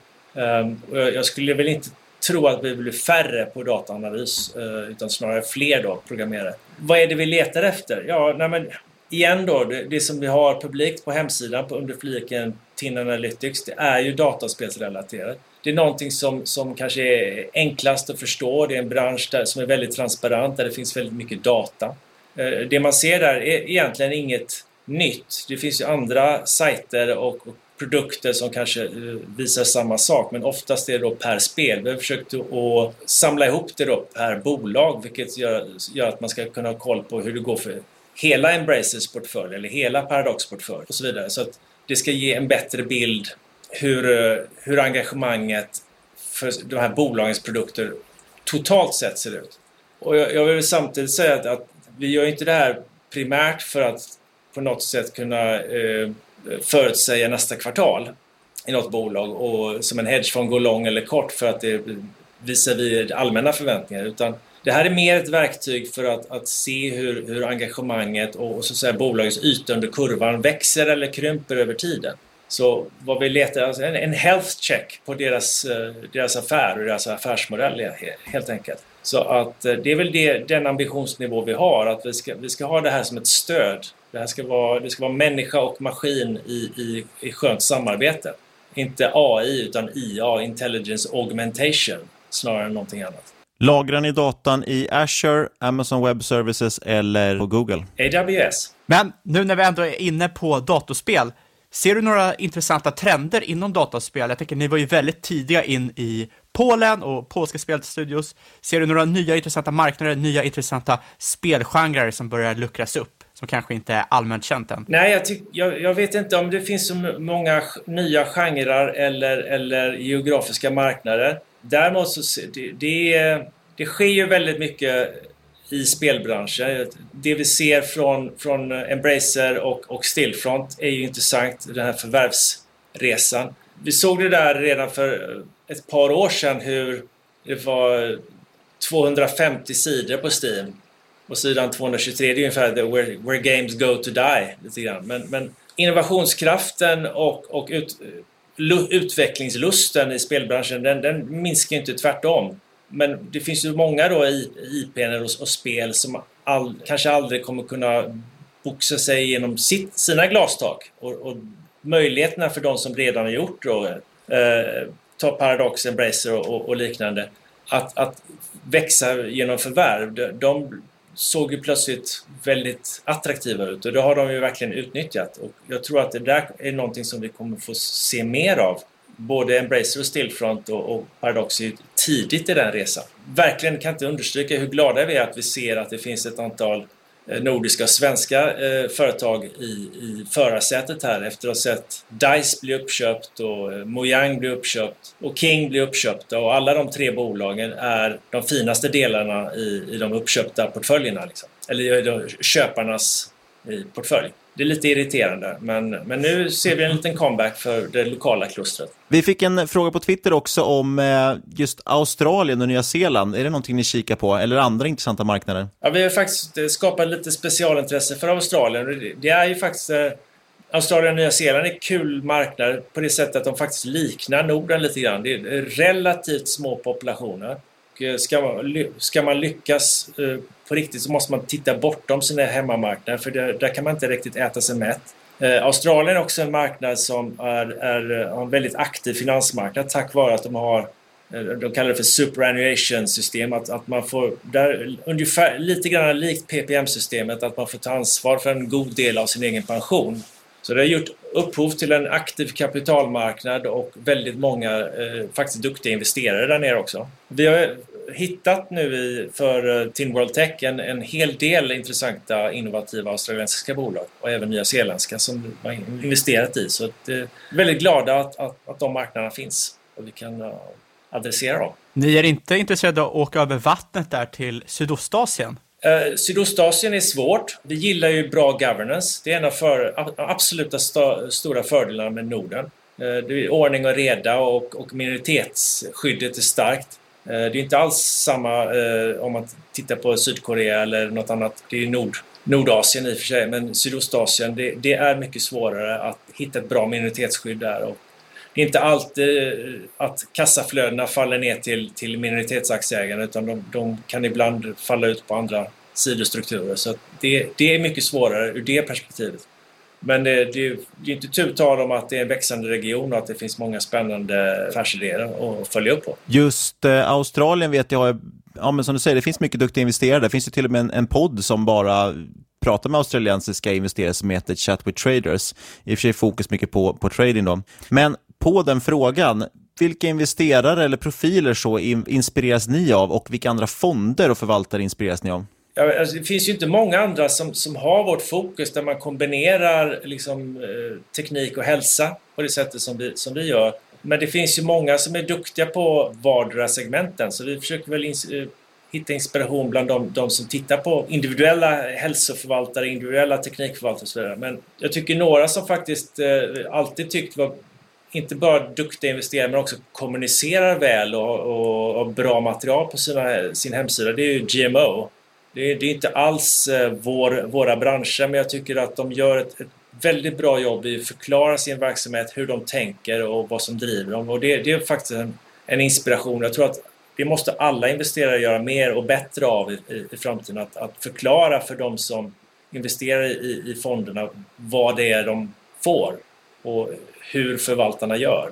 Jag skulle väl inte tro att vi blir färre på dataanalys, utan snarare fler då programmerare. Vad är det vi letar efter? Ja, men igen då, det som vi har publikt på hemsidan under fliken TIN Analytics, det är ju dataspelsrelaterat. Det är någonting som kanske är enklast att förstå. Det är en bransch som är väldigt transparent, där det finns väldigt mycket data. Det man ser där är egentligen inget nytt. Det finns ju andra sajter och produkter som kanske visar samma sak, men oftast är det då per spel. Vi har försökt att samla ihop det då per bolag, vilket gör att man ska kunna ha koll på hur det går för hela Embracer's portfölj eller hela Paradox portfölj och så vidare. Så att det ska ge en bättre bild hur engagemanget för de här bolagens produkter totalt sett ser ut. Och jag vill samtidigt säga att vi gör inte det här primärt för att på något sätt kunna förutsäga nästa kvartal i något bolag och som en hedgefond går lång eller kort för att det visar vi allmänna förväntningar, utan det här är mer ett verktyg för att se hur engagemanget och så att säga bolagets yta under kurvan växer eller krymper över tiden. Så vad vi letar, alltså en health check på deras affär och deras affärsmodell helt enkelt. Så att det är väl den ambitionsnivå vi har, att vi ska ha det här som ett stöd. Det ska vara människa och maskin i skönt samarbete. Inte AI utan IA, Intelligence Augmentation, snarare än någonting annat. Lagrar ni datan i Azure, Amazon Web Services eller på Google? AWS. Men nu när vi ändå är inne på datorspel, ser du några intressanta trender inom dataspel? Jag tänker ni var ju väldigt tidiga in i Polen och polska spelstudios. Ser du några nya intressanta marknader, nya intressanta spelgenrer som börjar luckras upp? Som kanske inte är allmänt känt än. Nej, jag vet inte om det finns så många nya genrer eller geografiska marknader. Däremot så det sker ju väldigt mycket i spelbranschen. Det vi ser från Embracer och Stillfront är ju intressant, den här förvärvsresan. Vi såg det där redan för ett par år sedan hur det var 250 sidor på Steam. Och sidan 223 är ungefär where games go to die. Lite grann. Men innovationskraften och utvecklingslusten i spelbranschen den minskar inte, tvärtom. Men det finns ju många då IP:er och spel som kanske aldrig kommer kunna boxa sig genom sina glastak. Och möjligheterna för de som redan har gjort då, ta Paradox, Embracer och liknande, att växa genom förvärv. De såg ju plötsligt väldigt attraktiva ut och det har de ju verkligen utnyttjat. Och jag tror att det där är någonting som vi kommer få se mer av. Både Embracer och Stillfront och Paradox är tidigt i den resan. Verkligen kan inte understryka hur glada vi är att vi ser att det finns ett antal nordiska och svenska företag i förarsätet här efter att ha sett DICE bli uppköpt och Mojang bli uppköpt och King bli uppköpt, och alla de 3 bolagen är de finaste delarna i de uppköpta portföljerna liksom. Eller köparnas portfölj. Det är lite irriterande, men nu ser vi en liten comeback för det lokala klustret. Vi fick en fråga på Twitter också om just Australien och Nya Zeeland. Är det någonting ni kikar på eller andra intressanta marknader? Ja, vi har faktiskt skapat lite specialintresse för Australien. Det är ju faktiskt Australien och Nya Zeeland är kul marknader på det sättet att de faktiskt liknar Norden lite grann. Det är relativt små populationer. Ska man lyckas på riktigt så måste man titta bortom sina hemmamarknader, för där kan man inte riktigt äta sig mätt. Australien är också en marknad som har en väldigt aktiv finansmarknad tack vare att de kallar det för superannuation-system, att man får där ungefär lite grann likt PPM-systemet, att man får ta ansvar för en god del av sin egen pension. Så det har gjort upphov till en aktiv kapitalmarknad och väldigt många faktiskt duktiga investerare där nere också. Vi har hittat nu för TIN World Tech en hel del intressanta innovativa australiensiska bolag och även nya zeeländska som har investerat i. Så att, väldigt glada att de marknaderna finns och vi kan adressera dem. Ni är inte intresserade av att åka över vattnet där till Sydostasien? Sydostasien är svårt. Vi gillar ju bra governance. Det är en av absoluta stora fördelarna med Norden. Det är ordning och reda och minoritetsskyddet är starkt. Det är inte alls samma om man tittar på Sydkorea eller något annat. Det är Nordasien i och för sig, men Sydostasien det är mycket svårare att hitta ett bra minoritetsskydd där. Och det är inte alltid att kassaflödena faller ner till minoritetsaktieägarna, utan de kan ibland falla ut på andra sidostrukturer. Så det är mycket svårare ur det perspektivet. Men det är inte tur tal om att det är en växande region och att det finns många spännande affärsidéer att följa upp på. Just Australien vet jag, ja, men som du säger, det finns mycket duktiga investerare. Det finns ju till och med en podd som bara pratar med australiensiska investerare som heter Chat with Traders. I och för sig fokus mycket på trading då. Men på den frågan, vilka investerare eller profiler så inspireras ni av och vilka andra fonder och förvaltare inspireras ni av? Ja, alltså, det finns ju inte många andra som har vårt fokus där man kombinerar liksom, teknik och hälsa på det sättet som vi gör. Men det finns ju många som är duktiga på vardera segmenten, så vi försöker väl hitta inspiration bland de som tittar på individuella hälsoförvaltare, individuella teknikförvaltare och så vidare. Men jag tycker några som faktiskt alltid tyckt var inte bara duktiga investerare men också kommunicerar väl och bra material på sin hemsida, det är ju GMO. Det är inte alls våra branscher, men jag tycker att de gör ett väldigt bra jobb i att förklara sin verksamhet, hur de tänker och vad som driver dem. Och det är faktiskt en inspiration. Jag tror att det måste alla investerare göra mer och bättre av i framtiden. Att förklara för de som investerar i fonderna vad det är de får och hur förvaltarna gör. Liksom.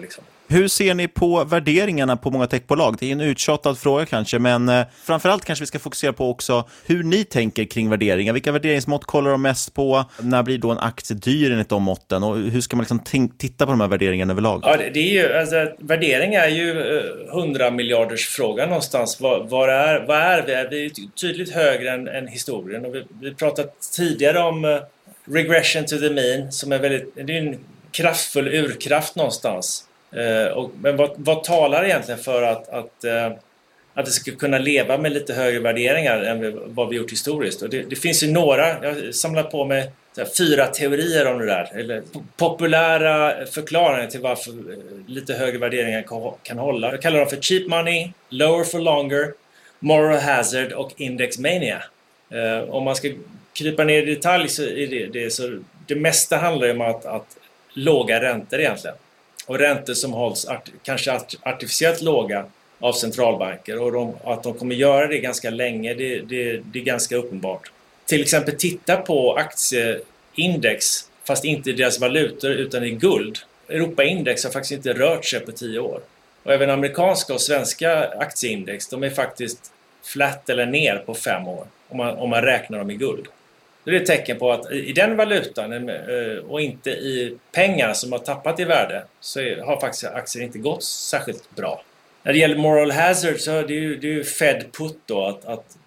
Hur ser ni på värderingarna på många techbolag? Det är en uttjatad fråga kanske, men framförallt kanske vi ska fokusera på också hur ni tänker kring värderingar. Vilka värderingsmått kollar de mest på? När blir då en aktie dyr enligt de måtten? Och hur ska man liksom titta på de här värderingarna överlag? Ja, det är ju, alltså, värdering är ju 100 miljarders fråga någonstans. Vad är vi? Vi är tydligt högre än historien. Och vi pratat tidigare om regression to the mean, som är det är en kraftfull urkraft någonstans. Men vad talar egentligen för att det ska kunna leva med lite högre värderingar än vad vi gjort historiskt? Och det finns ju några, jag har samlat på mig 4 teorier om det där, eller populära förklaringar till varför lite högre värderingar kan hålla. Jag kallar dem för cheap money, lower for longer, moral hazard och index mania. Om man ska krypa ner i detalj så är det mesta handlar om att låga räntor egentligen. Och räntor som hålls kanske artificiellt låga av centralbanker, och att de kommer göra det ganska länge, det är ganska uppenbart. Till exempel titta på aktieindex, fast inte i deras valutor utan i guld. Europaindex har faktiskt inte rört sig på 10 år. Och även amerikanska och svenska aktieindex, de är faktiskt flat eller ner på 5 år om man räknar dem i guld. Det är ett tecken på att i den valutan och inte i pengar som har tappat i värde, så har faktiskt aktier inte gått särskilt bra. När det gäller moral hazard så är det ju Fed put då, att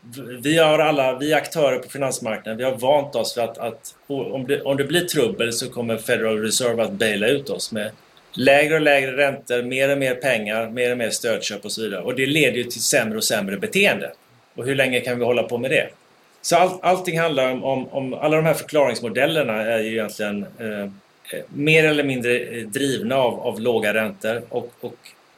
vi aktörer på finansmarknaden, vi har vant oss för att om det blir trubbel så kommer Federal Reserve att baila ut oss med lägre och lägre räntor, mer och mer pengar, mer och mer stödköp och så vidare. Och det leder ju till sämre och sämre beteende. Och hur länge kan vi hålla på med det? Så allting handlar om alla de här förklaringsmodellerna är ju egentligen mer eller mindre drivna av låga räntor. Och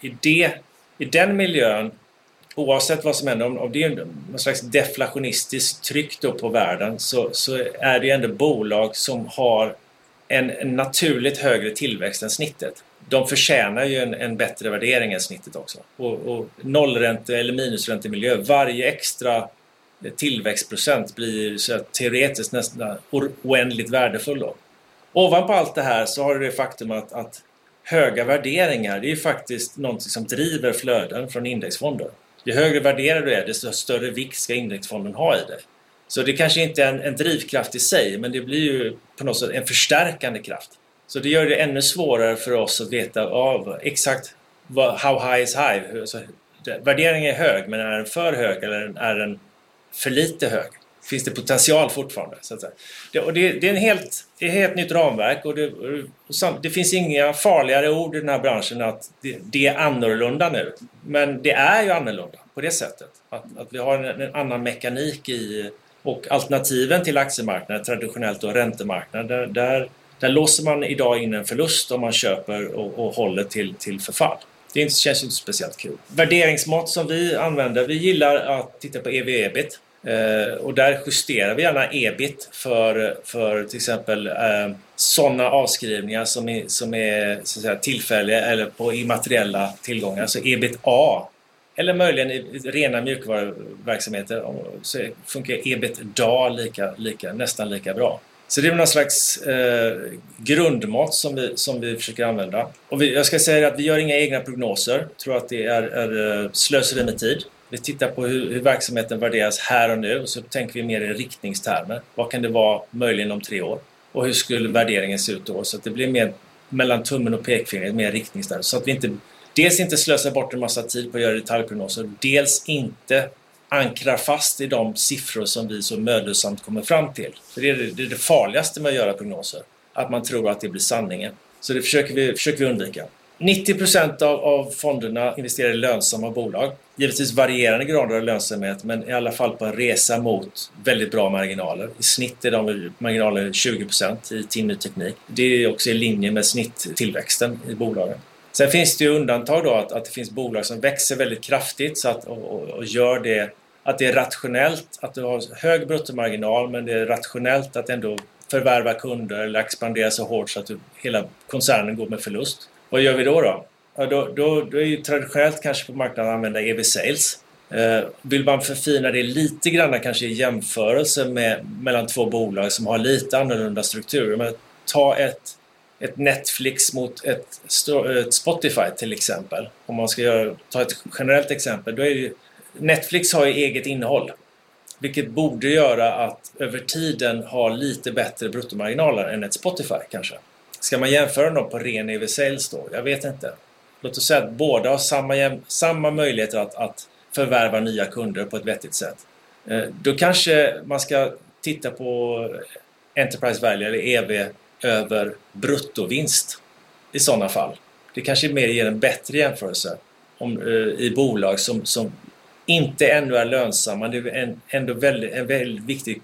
i den miljön, oavsett vad som händer, om det är någon slags deflationistiskt tryck då på världen, så är det ändå bolag som har en naturligt högre tillväxt än snittet. De förtjänar ju en bättre värdering än snittet också. Och nollränte- eller minusräntemiljö, varje extra tillväxtprocent blir så teoretiskt nästan oändligt värdefull då. Ovanpå allt det här så har det faktum att höga värderingar, det är ju faktiskt något som driver flöden från indexfonder. Ju högre värderad du är, desto större vikt ska indexfonden ha i dig. Så det kanske inte är en drivkraft i sig, men det blir ju på något sätt en förstärkande kraft. Så det gör det ännu svårare för oss att veta exakt how high is high. Så värderingen är hög, men är den för hög eller är den för lite hög? Finns det potential fortfarande? Så att säga. Det är ett helt nytt ramverk, och det finns inga farligare ord i den här branschen att det är annorlunda nu. Men det är ju annorlunda på det sättet. Att vi har en annan mekanik och alternativen till aktiemarknaden, traditionellt och räntemarknaden, där låser man idag in en förlust om man köper och håller till förfall. Det känns inte speciellt kul. Värderingsmått som vi använder, vi gillar att titta på EV/EBIT. Och där justerar vi gärna EBIT för till exempel sådana avskrivningar som är så att säga, tillfälliga eller på immateriella tillgångar. Så EBITA, eller möjligen i rena mjukvaruverksamheter, så funkar EBITDA nästan lika bra. Så det är någon slags grundmått som vi försöker använda. Och jag ska säga att vi gör inga egna prognoser. Jag tror att det är slöseri med tid. Vi tittar på hur verksamheten värderas här och nu, och så tänker vi mer i riktningstermer. Vad kan det vara möjligen om 3 år? Och hur skulle värderingen se ut då? Så att det blir mer mellan tummen och pekfingret, mer riktningstermer. Så att vi dels inte slösar bort en massa tid på att göra detaljprognoser, dels inte ankrar fast i de siffror som vi så mödosamt kommer fram till. För det är det farligaste med att göra prognoser. Att man tror att det blir sanningen. Så det försöker vi undvika. 90% av fonderna investerar i lönsamma bolag. Givetvis varierande grader av lönsamhet, men i alla fall på en resa mot väldigt bra marginaler. I snitt är de marginaler 20% i TIN Ny Teknik. Det är också i linje med snitttillväxten i bolagen. Sen finns det ju undantag då att det finns bolag som växer väldigt kraftigt så och gör det att det är rationellt, att du har hög bruttomarginal, men det är rationellt att ändå förvärva kunder eller expandera så hårt så att hela koncernen går med förlust. Vad gör vi då? Ja, då är ju traditionellt kanske på marknaden att använda EV-sales. Vill man förfina det lite grann kanske i jämförelse mellan 2 bolag som har lite annorlunda strukturer. Men ta ett Netflix mot ett Spotify till exempel. Om man ska ta ett generellt exempel, då är det, Netflix har ju eget innehåll. Vilket borde göra att över tiden ha lite bättre bruttomarginaler än ett Spotify kanske. Ska man jämföra dem på ren EV-sales då? Jag vet inte. Låt oss säga att båda har samma möjligheter att förvärva nya kunder på ett vettigt sätt. Då kanske man ska titta på Enterprise Value eller EV över bruttovinst i sådana fall. Det kanske mer ger en bättre jämförelse i bolag som inte ännu är lönsamma. Det är ändå en väldigt viktig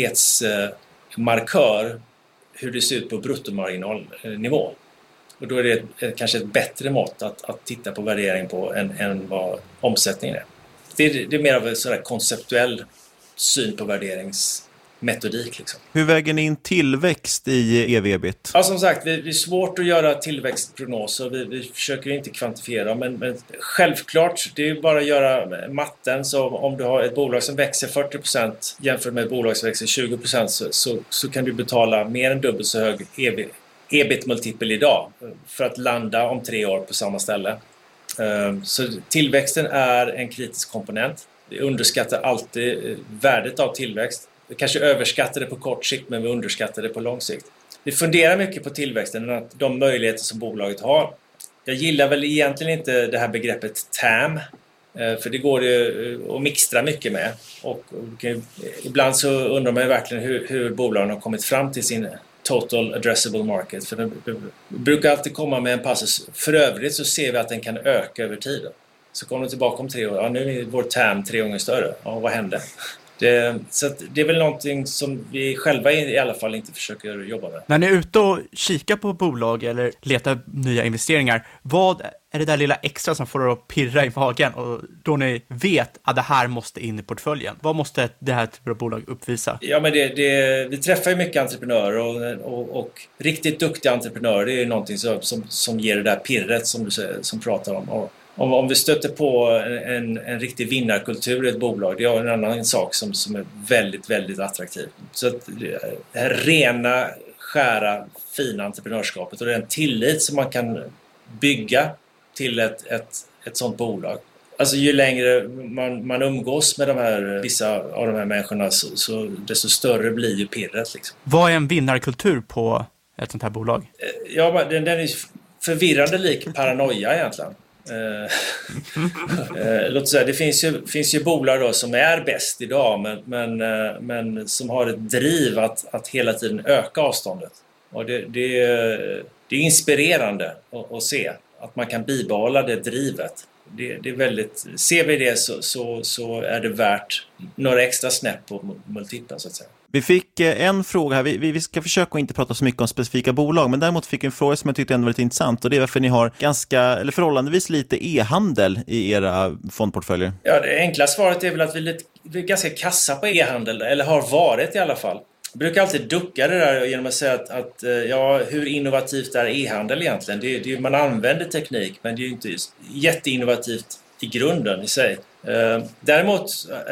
kvalitetsmarkör hur det ser ut på bruttomarginalnivå. Och då är det kanske ett bättre mått att titta på värdering på än vad omsättningen är. Det är mer av en sådär konceptuell syn på värderingsmetodik. Liksom. Hur väger ni in tillväxt i EV/EBIT? Ja, som sagt, det är svårt att göra tillväxtprognoser. Vi försöker inte kvantifiera, men självklart, det är bara att göra matten. Så om du har ett bolag som växer 40% jämfört med ett bolag som växer 20% så kan du betala mer än dubbelt så hög EBIT-multipel idag för att landa om 3 år på samma ställe. Så tillväxten är en kritisk komponent. Vi underskattar alltid värdet av tillväxt. Vi kanske överskattar det på kort sikt, men vi underskattar det på lång sikt. Vi funderar mycket på tillväxten och de möjligheter som bolaget har. Jag gillar väl egentligen inte det här begreppet TAM, för det går ju att mixtra mycket med. Och ibland så undrar man ju verkligen hur bolagen har kommit fram till sin total addressable market. För den brukar alltid komma med en passus. För övrigt så ser vi att den kan öka över tiden. Så kommer de tillbaka om 3 år. Ja, nu är vår TAM 3 gånger större. Ja, vad hände? Så att det är väl någonting som vi själva i alla fall inte försöker jobba med. När ni är ute och kikar på bolag eller letar nya investeringar, vad är det där lilla extra som får er att pirra i magen och då ni vet att det här måste in i portföljen? Vad måste det här typen av bolag uppvisa? Ja, men vi träffar ju mycket entreprenörer och riktigt duktiga entreprenörer, det är ju någonting som ger det där pirret som du säger, som pratar om. Och om vi stöter på en riktig vinnarkultur i ett bolag, det är en annan sak som är väldigt, väldigt attraktiv. Så att det här rena, skära, fina entreprenörskapet och den tillit som man kan bygga till ett sånt bolag. Alltså ju längre man umgås med vissa av de här människorna så desto större blir ju pirret. Liksom. Vad är en vinnarkultur på ett sånt här bolag? Ja, den är förvirrande lik paranoia egentligen. Låt säga, det finns ju bolag då som är bäst idag men som har ett driv att hela tiden öka avståndet. Och det är inspirerande att se att man kan bibehålla det drivet. Det är väldigt, ser vi det så är det värt några extra snäpp på multipeln så att säga. Vi fick en fråga här, vi ska försöka inte prata så mycket om specifika bolag, men däremot fick vi en fråga som jag tyckte ändå var lite intressant, och det är varför ni har förhållandevis lite e-handel i era fondportföljer. Ja, det enkla svaret är väl att vi är ganska kassa på e-handel, eller har varit i alla fall. Jag brukar alltid ducka det där genom att säga att hur innovativt är e-handel egentligen? Man använder teknik, men det är ju inte jätteinnovativt i grunden i sig. Däremot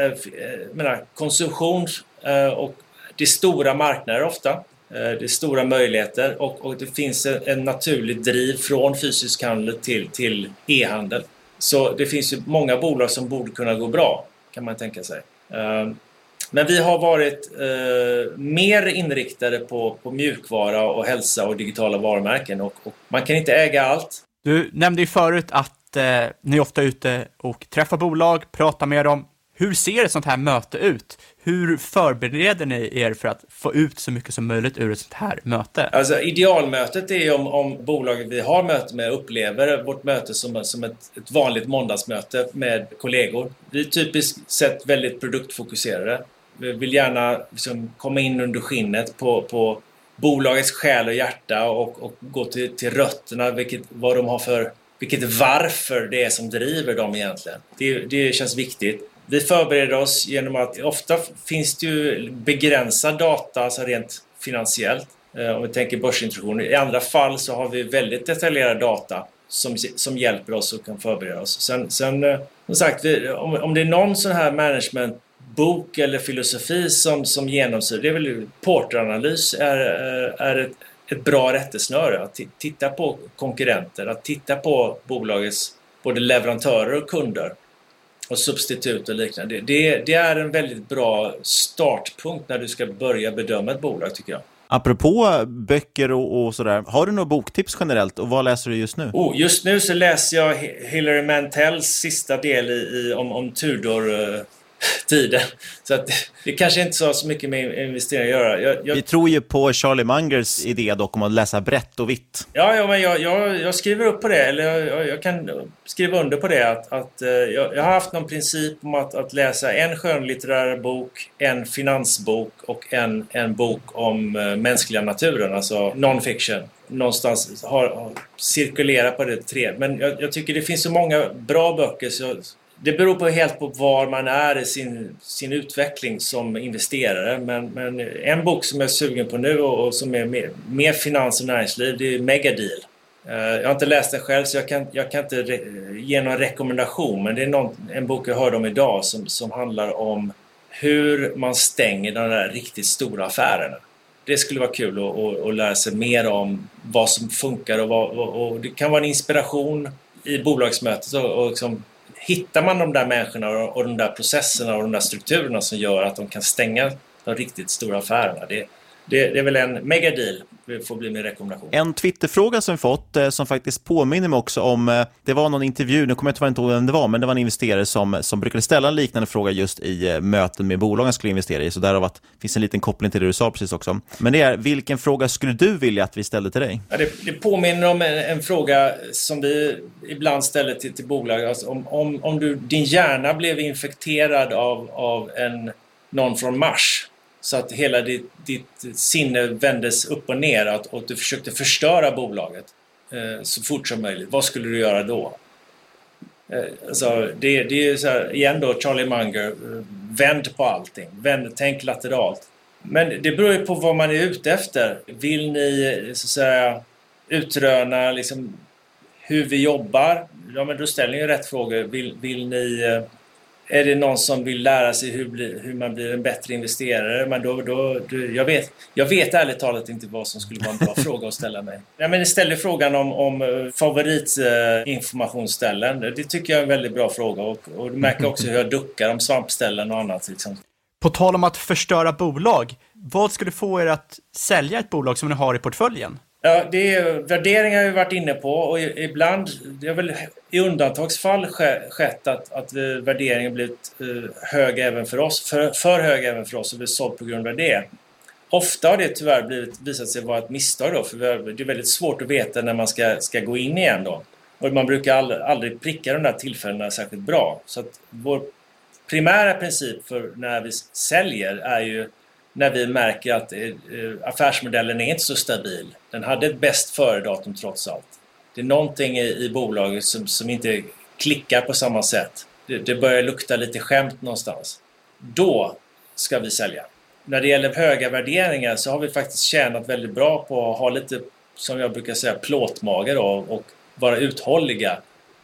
konsumtion och det är stora marknader ofta. Det är stora möjligheter och det finns en naturlig driv från fysisk handel till e-handel. Så det finns ju många bolag som borde kunna gå bra, kan man tänka sig. Men vi har varit mer inriktade på mjukvara och hälsa och digitala varumärken och man kan inte äga allt. Du nämnde ju förut att ni är ofta ute och träffar bolag, pratar med dem. Hur ser ett sånt här möte ut? Hur förbereder ni er för att få ut så mycket som möjligt ur ett sånt här möte? Alltså idealmötet är om bolaget vi har möte med upplever vårt möte som ett vanligt måndagsmöte med kollegor. Vi är typiskt sett väldigt produktfokuserade. Vi vill gärna komma in under skinnet på bolagets själ och hjärta och gå till rötterna, vad de har för, vilket varför det är som driver dem egentligen. Det känns viktigt. Vi förbereder oss genom att ofta finns det ju begränsad data, alltså rent finansiellt, om vi tänker börsintroduktion. I andra fall så har vi väldigt detaljerad data som hjälper oss och kan förbereda oss. Sen som sagt, om det är någon sån här managementbok eller filosofi som genomsyrar, det är väl Porteranalys är ett bra rättesnöre. Att titta på konkurrenter, att titta på bolagets både leverantörer och kunder och substitut och liknande. Det är en väldigt bra startpunkt när du ska börja bedöma ett bolag, tycker jag. Apropå böcker och sådär, har du några boktips generellt och vad läser du just nu? Just nu så läser jag Hilary Mantels sista del om Tudor-tiden. Så att det kanske inte så mycket med investeringar att göra. Vi tror ju på Charlie Mungers idé dock om att läsa brett och vitt. Ja, men jag skriver upp på det, eller jag kan skriva under på det att jag har haft någon princip om att läsa en skönlitterär bok, en finansbok och en bok om mänskliga naturen, alltså non-fiction. Någonstans har cirkulerat på det 3. Men jag tycker det finns så många bra böcker så det beror helt på var man är i sin utveckling som investerare. Men en bok som jag är sugen på nu och som är mer finans och näringsliv, det är Mega Deal. Jag har inte läst den själv så jag kan inte ge någon rekommendation. Men det är en bok jag hörde om idag som handlar om hur man stänger de där riktigt stora affärerna. Det skulle vara kul att lära sig mer om vad som funkar och det kan vara en inspiration i bolagsmötet och liksom, hittar man de där människorna och de där processerna och de där strukturerna som gör att de kan stänga de riktigt stora affärerna. Det är väl en mega deal. Det får bli min rekommendation. En Twitterfråga som vi fått som faktiskt påminner mig också om, det var någon intervju, nu kommer jag inte ihåg vem det var, men det var en investerare som brukade ställa en liknande fråga just i möten med bolagen skulle investera i, så därav att det finns en liten koppling till det du sa precis också. Men det är, vilken fråga skulle du vilja att vi ställde till dig? Ja, det påminner om en fråga som vi ibland ställer till bolag. Alltså om din hjärna blev infekterad av någon från Mars, så att hela ditt sinne vändes upp och ner och du försökte förstöra bolaget så fort som möjligt. Vad skulle du göra då? Alltså, det är så här, igen då, Charlie Munger, vänd på allting. Tänk lateralt. Men det beror ju på vad man är ute efter. Vill ni så att säga utröna liksom hur vi jobbar? Ja, men då ställer ni ju rätt frågor. Vill ni... Är det någon som vill lära sig hur man blir en bättre investerare? Men jag vet ärligt talat inte vad som skulle vara en bra fråga att ställa mig. Ja, men istället frågan om favoritinformationsställen. Det tycker jag är en väldigt bra fråga. Och du märker också hur jag duckar om svampställen och annat. Liksom. På tal om att förstöra bolag, vad skulle få er att sälja ett bolag som ni har i portföljen? Ja, värderingar har vi varit inne på och ibland, det har väl i undantagsfall skett att värderingen blivit hög även för oss, för hög även för oss och blivit såld på grund av det. Ofta har det tyvärr visat sig vara ett misstag då, för det är väldigt svårt att veta när man ska gå in igen då. Och man brukar aldrig pricka de där tillfällena särskilt bra. Så att vår primära princip för när vi säljer är ju när vi märker att affärsmodellen är inte så stabil. Den hade ett bäst före-datum trots allt. Det är någonting i bolaget som inte klickar på samma sätt. Det börjar lukta lite skämt någonstans. Då ska vi sälja. När det gäller höga värderingar så har vi faktiskt tjänat väldigt bra på att ha lite, som jag brukar säga, plåtmager och vara uthålliga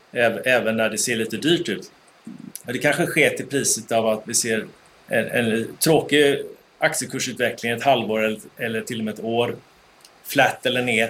även när det ser lite dyrt ut. Det kanske sker till priset av att vi ser en tråkig aktiekursutveckling ett halvår eller till och med ett år, flat eller ner.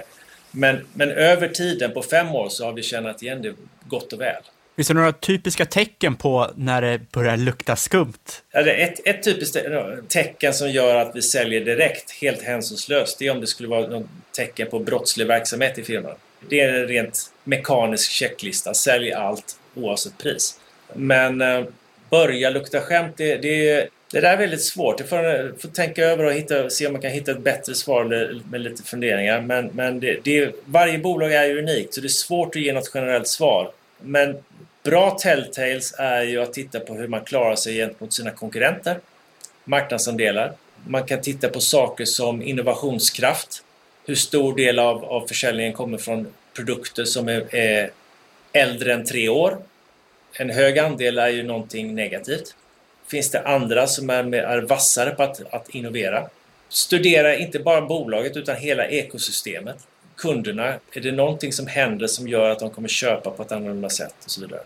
Men över tiden på 5 år så har vi tjänat igen det gott och väl. Finns det några typiska tecken på när det börjar lukta skumt? Ja, det är ett typiskt tecken som gör att vi säljer direkt helt hänsynslöst. Det är om det skulle vara något tecken på brottslig verksamhet i firman. Det är en rent mekanisk checklista. Sälj allt oavsett pris. Men börja lukta skämt, det där är väldigt svårt. Jag får tänka över och se om man kan hitta ett bättre svar med lite funderingar. Men varje bolag är ju unikt så det är svårt att ge något generellt svar. Men bra telltales är ju att titta på hur man klarar sig gentemot sina konkurrenter, marknadsandelar. Man kan titta på saker som innovationskraft. Hur stor del av försäljningen kommer från produkter som är äldre än 3 år. En hög andel är ju någonting negativt. Finns det andra som är vassare på att innovera? Studera inte bara bolaget utan hela ekosystemet. Kunderna, är det någonting som händer som gör att de kommer köpa på ett annorlunda sätt och så vidare.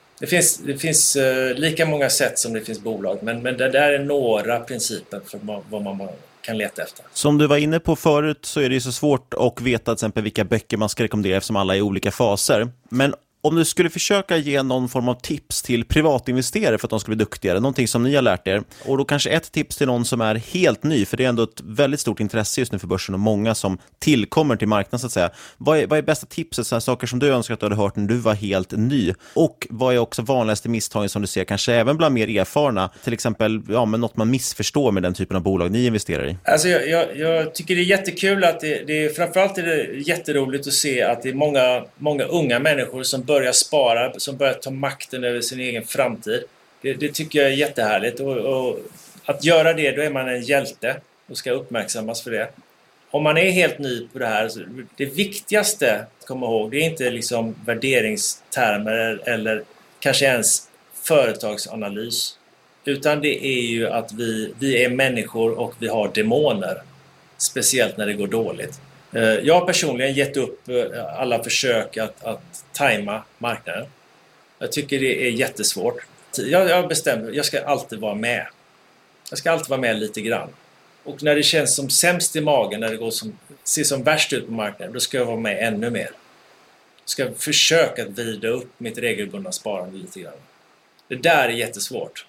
Det finns lika många sätt som det finns bolag, men det där är några principer för vad man kan leta efter. Som du var inne på förut så är det ju så svårt att veta till exempel vilka böcker man ska rekommendera eftersom alla är i olika faser. Men om du skulle försöka ge någon form av tips till privatinvesterare för att de ska bli duktigare, någonting som ni har lärt er, och då kanske ett tips till någon som är helt ny, för det är ändå ett väldigt stort intresse just nu för börsen och många som tillkommer till marknaden så att säga. Vad är bästa tipset, så här saker som du önskar att du hade hört när du var helt ny? Och vad är också vanligaste misstagen som du ser, kanske även bland mer erfarna, till exempel men något man missförstår med den typen av bolag ni investerar i? Alltså jag tycker det är jättekul att framförallt är det jätteroligt att se att det är många unga människor som börjar spara, som börjar ta makten över sin egen framtid. Det tycker jag är jättehärligt. Och att göra det, då är man en hjälte och ska uppmärksammas för det. Om man är helt ny på det här, så det viktigaste att komma ihåg, det är inte liksom värderingstermer eller kanske ens företagsanalys. Utan det är ju att vi är människor och vi har demoner. Speciellt när det går dåligt. Jag har personligen gett upp alla försök att tajma marknaden. Jag tycker det är jättesvårt. Jag bestämmer, jag ska alltid vara med. Jag ska alltid vara med lite grann. Och när det känns som sämst i magen, när det ser som värst ut på marknaden, då ska jag vara med ännu mer. Jag ska försöka att vrida upp mitt regelbundna sparande lite grann. Det där är jättesvårt.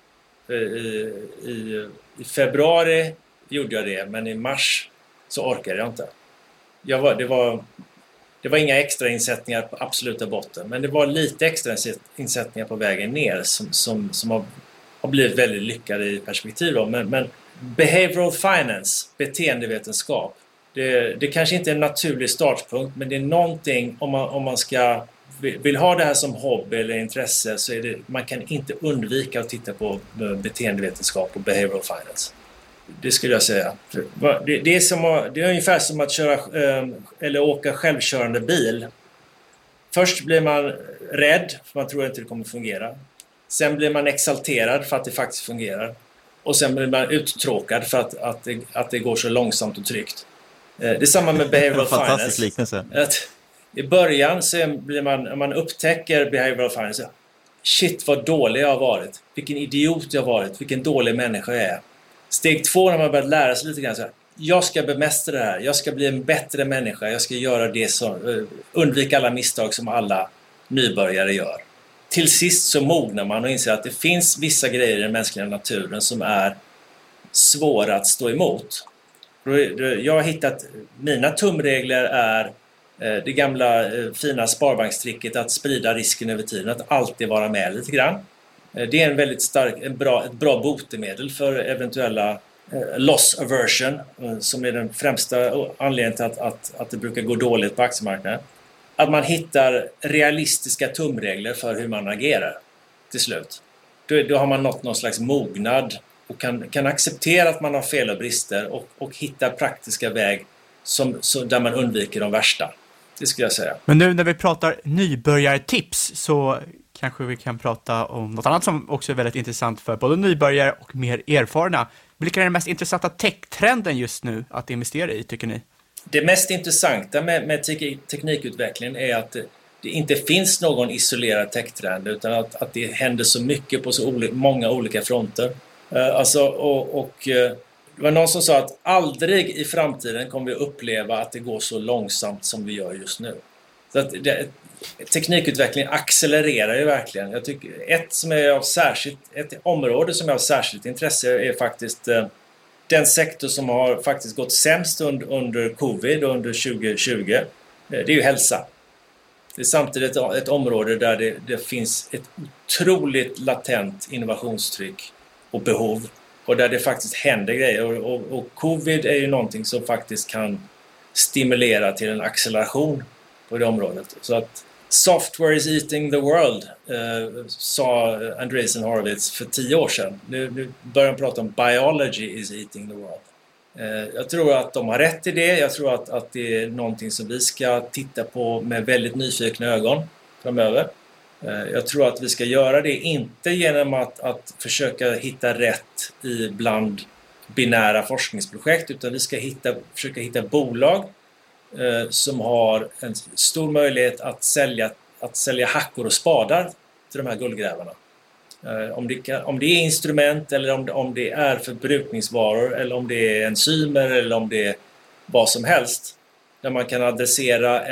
I februari gjorde jag det, men i mars så orkade jag inte. Det var inga extra insättningar på absoluta botten, men det var lite extra insättningar på vägen ner som har blivit väldigt lyckade i perspektiv då. Men behavioral finance, beteendevetenskap, det kanske inte är en naturlig startpunkt, men det är någonting om man vill ha det här som hobby eller intresse, så är man kan inte undvika att titta på beteendevetenskap och behavioral finance. Det skulle jag säga. Det är ungefär som att köra eller åka självkörande bil. Först blir man rädd för man tror inte det kommer fungera. Sen blir man exalterad för att det faktiskt fungerar. Och sen blir man uttråkad för att det går så långsamt och tryggt. Det är samma med behavioral finance. Fantastisk liknelse. I början så blir man upptäcker behavioral finance. Shit vad dålig jag har varit. Vilken idiot jag har varit. Vilken dålig människa jag är. Steg 2 när man börjar lära sig lite grann så här. Jag ska bemästra det här. Jag ska bli en bättre människa. Jag ska göra det som undvika alla misstag som alla nybörjare gör. Till sist så mognar man och inser att det finns vissa grejer i den mänskliga naturen som är svåra att stå emot. Jag har hittat mina tumregler är det gamla fina sparbankstricket att sprida risken över tiden, att alltid vara med lite grann. Det är en väldigt ett bra botemedel för eventuella loss aversion, som är den främsta anledningen till att det brukar gå dåligt på aktiemarknaden. Att man hittar realistiska tumregler för hur man agerar till slut. Då har man nått någon slags mognad och kan acceptera att man har fel och brister och hitta praktiska väg där man undviker de värsta. Det skulle jag säga. Men nu när vi pratar nybörjartips så kanske vi kan prata om något annat som också är väldigt intressant för både nybörjare och mer erfarna. Vilka är den mest intressanta tech-trenden just nu att investera i, tycker ni? Det mest intressanta med teknikutvecklingen är att det inte finns någon isolerad tech-trend, utan att det händer så mycket på så många olika fronter. Det var någon som sa att aldrig i framtiden kommer vi uppleva att det går så långsamt som vi gör just nu. Så att teknikutvecklingen accelererar ju verkligen. Jag tycker ett område som är av särskilt intresse är faktiskt den sektor som har faktiskt gått sämst under covid och under 2020. Det är ju hälsa. Det är samtidigt ett område där det finns ett otroligt latent innovationstryck och behov. Och där det faktiskt händer grejer. Och covid är ju någonting som faktiskt kan stimulera till en acceleration på det området. Så att software is eating the world, sa Andreessen Horowitz för 10 år sedan. Nu börjar de prata om biology is eating the world. Jag tror att de har rätt i det. Jag tror att det är någonting som vi ska titta på med väldigt nyfikna ögon framöver. Jag tror att vi ska göra det inte genom att försöka hitta rätt bland binära forskningsprojekt, utan vi ska försöka hitta bolag som har en stor möjlighet att sälja hackor och spadar till de här guldgrävarna. Om det är instrument eller om det är förbrukningsvaror eller om det är enzymer eller om det är vad som helst. Där man kan adressera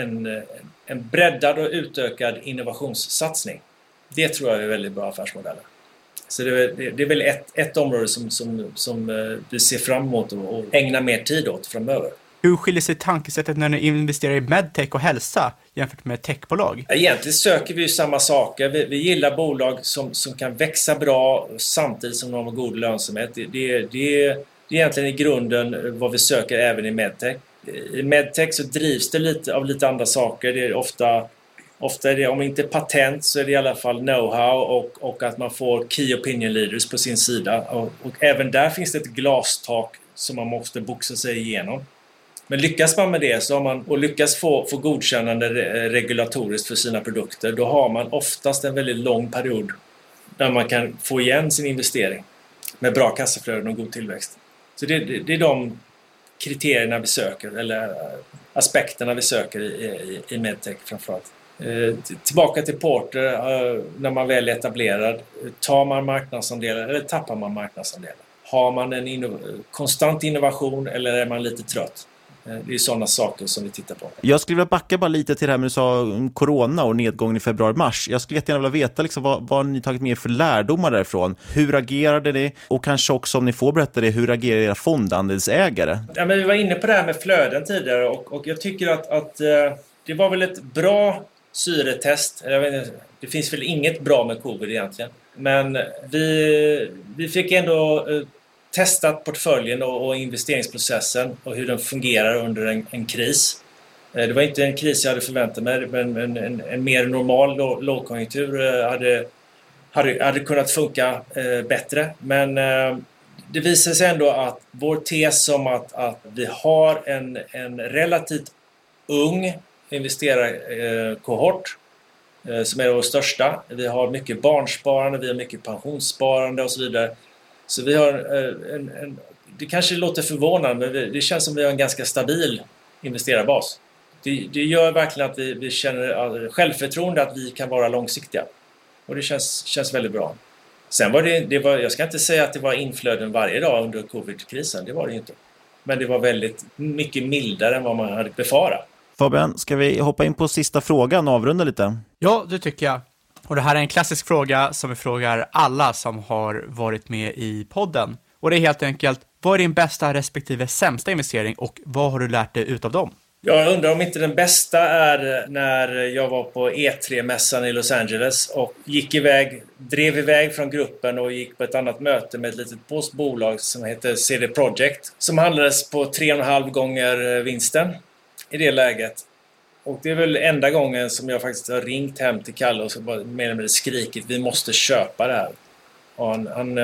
en breddad och utökad innovationssatsning. Det tror jag är väldigt bra affärsmodeller. Så det är väl ett område som vi ser fram emot och ägna mer tid åt framöver. Hur skiljer sig tankesättet när ni investerar i medtech och hälsa jämfört med techbolag? Egentligen söker vi ju samma saker. Vi gillar bolag som kan växa bra samtidigt som de har god lönsamhet. Det är egentligen i grunden vad vi söker även i medtech. I medtech så drivs det av lite andra saker. Det är ofta är det, om inte patent så är det i alla fall know-how och att man får key opinion leaders på sin sida. Och även där finns det ett glastak som man måste boxa sig igenom. Men lyckas man med det så har man, och lyckas få godkännande regulatoriskt för sina produkter, då har man oftast en väldigt lång period där man kan få igen sin investering med bra kassaflöden och god tillväxt. Så det är de kriterierna vi söker, eller aspekterna vi söker i medtech framförallt. Tillbaka till Porter, när man väl är etablerad, tar man marknadsandelar eller tappar man marknadsandelar? Har man en konstant innovation eller är man lite trött? Det är sådana saker som vi tittar på. Jag skulle vilja backa bara lite till det här med du sa om corona och nedgången i februari-mars. Jag skulle jättegärna vilja veta liksom, vad ni tagit med för lärdomar därifrån. Hur agerade ni? Och kanske också om ni får berätta det, hur agerar era fondandelsägare? Ja, men vi var inne på det här med flöden tidigare och jag tycker att det var väl ett bra syretest. Jag vet inte, det finns väl inget bra med covid egentligen. Men vi fick ändå testat portföljen och investeringsprocessen och hur den fungerar under en kris. Det var inte en kris jag hade förväntat mig, men en mer normal lågkonjunktur hade kunnat funka bättre. Men det visar sig ändå att vår tes om att vi har en relativt ung investerarkohort som är vår största. Vi har mycket barnsparande, vi har mycket pensionssparande och så vidare. Så vi har det kanske låter förvånande, men det känns som vi har en ganska stabil investerarbas. Det gör verkligen att vi känner självförtroende att vi kan vara långsiktiga. Och det känns väldigt bra. Sen var jag ska inte säga att det var inflöden varje dag under covid-krisen, det var det inte. Men det var väldigt mycket mildare än vad man hade befarat. Fabian, ska vi hoppa in på sista frågan och avrunda lite? Ja, det tycker jag. Och det här är en klassisk fråga som vi frågar alla som har varit med i podden. Och det är helt enkelt, vad är din bästa respektive sämsta investering och vad har du lärt dig utav dem? Jag undrar om inte den bästa är när jag var på E3-mässan i Los Angeles och drev iväg från gruppen och gick på ett annat möte med ett litet polskt bolag som heter CD Projekt som handlades på 3,5 gånger vinsten i det läget. Och det är väl enda gången som jag faktiskt har ringt hem till Kalle och så bara mer eller mindre skrikit, vi måste köpa det här. Och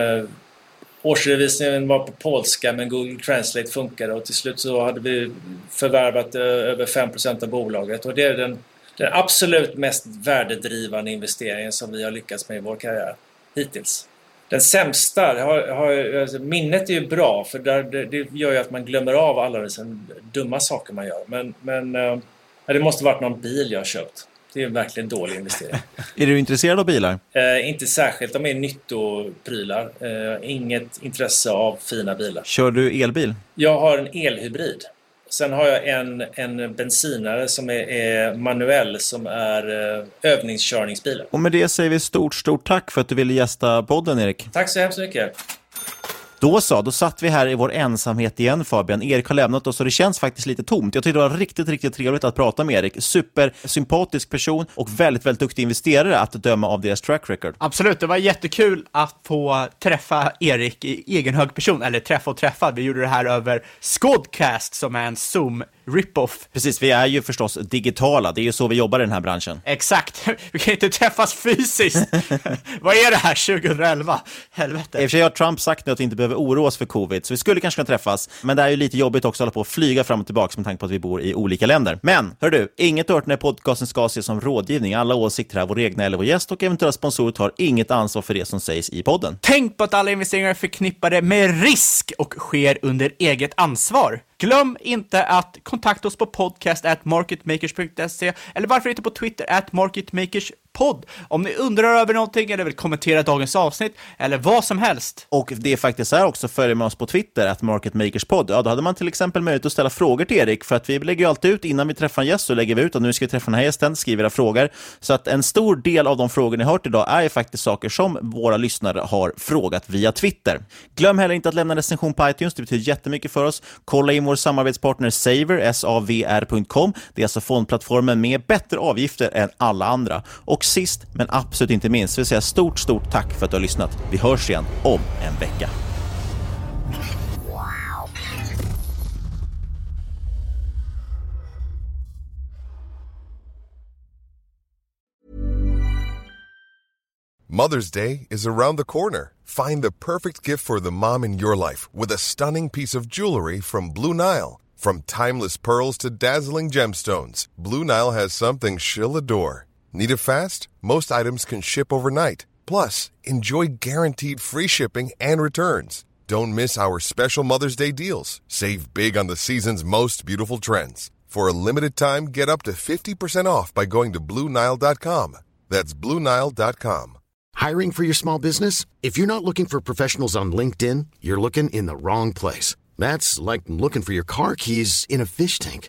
årsredovisningen var på polska men Google Translate funkade och till slut så hade vi förvärvat över 5% av bolaget. Och det är den absolut mest värdedrivande investeringen som vi har lyckats med i vår karriär hittills. Den sämsta, minnet är ju bra för det gör ju att man glömmer av alla dessa dumma saker man gör. Men det måste varit någon bil jag har köpt. Det är verkligen dålig investering. Är du intresserad av bilar? Inte särskilt, de är nyttoprylar. Inget intresse av fina bilar. Kör du elbil? Jag har en elhybrid. Sen har jag en bensinare som är manuell som är övningskörningsbilar. Och med det säger vi stort tack för att du ville gästa podden, Erik. Tack så hemskt mycket. Då satt vi här i vår ensamhet igen, Fabian. Erik har lämnat oss och det känns faktiskt lite tomt. Jag tyckte det var riktigt trevligt att prata med Erik. Supersympatisk person och väldigt duktig investerare att döma av deras track record. Absolut, det var jättekul att få träffa Erik i egen hög person. Eller träffa. Vi gjorde det här över Squadcast som är en Zoom rip-off. Precis, vi är ju förstås digitala. Det är ju så vi jobbar i den här branschen. Exakt. Vi kan inte träffas fysiskt. Vad är det här 2011? Helvete. I och för sig har Trump sagt nu att vi inte behöver oroa oss för covid, så vi skulle kanske kunna träffas. Men det är ju lite jobbigt också att hålla på att flyga fram och tillbaka med tanke på att vi bor i olika länder. Men, hör du, inget hört när podcasten ska ses som rådgivning. Alla åsikter här, vår egna eller vår gäst och eventuella sponsorer tar inget ansvar för det som sägs i podden. Tänk på att alla investeringar är förknippade med risk och sker under eget ansvar. Glöm inte att kontakta oss på podcast@marketmakers.se eller varför inte på Twitter @marketmakers podd. Om ni undrar över någonting eller vill kommentera dagens avsnitt eller vad som helst. Och det är faktiskt här också, följer med oss på Twitter att marketmakerspod. Ja, då hade man till exempel möjlighet att ställa frågor till Erik, för att vi lägger ju alltid ut innan vi träffar en gäst, så lägger vi ut att nu ska vi träffa den här gästen, skriver era frågor. Så att en stor del av de frågor ni hört idag är ju faktiskt saker som våra lyssnare har frågat via Twitter. Glöm heller inte att lämna recension på iTunes, det betyder jättemycket för oss. Kolla in vår samarbetspartner Saver, savr.com. Det är alltså fondplattformen med bättre avgifter än alla andra. Och sist, men absolut inte minst, vill säga stort tack för att du har lyssnat. Vi hörs igen om en vecka. Mother's Day is around the corner. Find the perfect gift for the mom in your life with a stunning piece of jewelry from Blue Nile. From timeless pearls to dazzling gemstones, Blue Nile has something she'll adore. Need it fast? Most items can ship overnight. Plus, enjoy guaranteed free shipping and returns. Don't miss our special Mother's Day deals. Save big on the season's most beautiful trends. For a limited time, get up to 50% off by going to BlueNile.com. That's BlueNile.com. Hiring for your small business? If you're not looking for professionals on LinkedIn, you're looking in the wrong place. That's like looking for your car keys in a fish tank.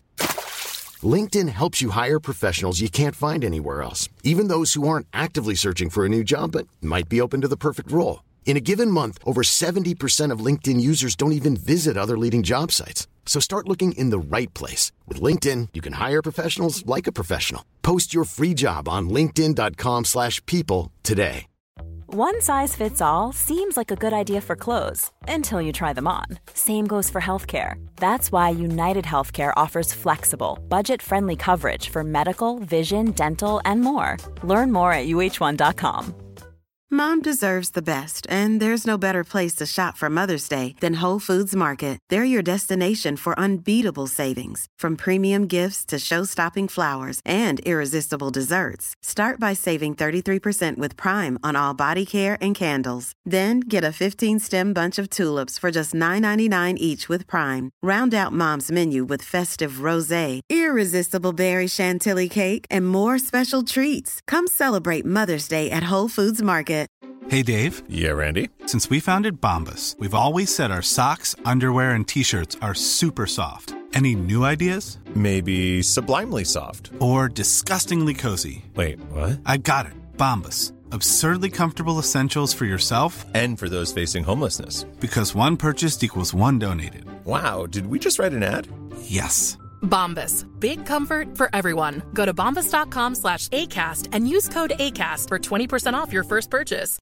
LinkedIn helps you hire professionals you can't find anywhere else, even those who aren't actively searching for a new job but might be open to the perfect role. In a given month, over 70% of LinkedIn users don't even visit other leading job sites. So start looking in the right place. With LinkedIn, you can hire professionals like a professional. Post your free job on linkedin.com/people today. One size fits all seems like a good idea for clothes until you try them on. Same goes for healthcare. That's why United Healthcare offers flexible, budget-friendly coverage for medical, vision, dental, and more. Learn more at uh1.com. Mom deserves the best, and there's no better place to shop for Mother's Day than Whole Foods Market. They're your destination for unbeatable savings, from premium gifts to show-stopping flowers and irresistible desserts. Start by saving 33% with Prime on all body care and candles. Then get a 15-stem bunch of tulips for just $9.99 each with Prime. Round out Mom's menu with festive rosé, irresistible berry chantilly cake, and more special treats. Come celebrate Mother's Day at Whole Foods Market. Hey, Dave. Yeah, Randy. Since we founded Bombas, we've always said our socks, underwear, and T-shirts are super soft. Any new ideas? Maybe sublimely soft. Or disgustingly cozy. Wait, what? I got it. Bombas. Absurdly comfortable essentials for yourself and for those facing homelessness. Because one purchased equals one donated. Wow, did we just write an ad? Yes. Bombas. Big comfort for everyone. Go to bombas.com/ACAST and use code ACAST for 20% off your first purchase.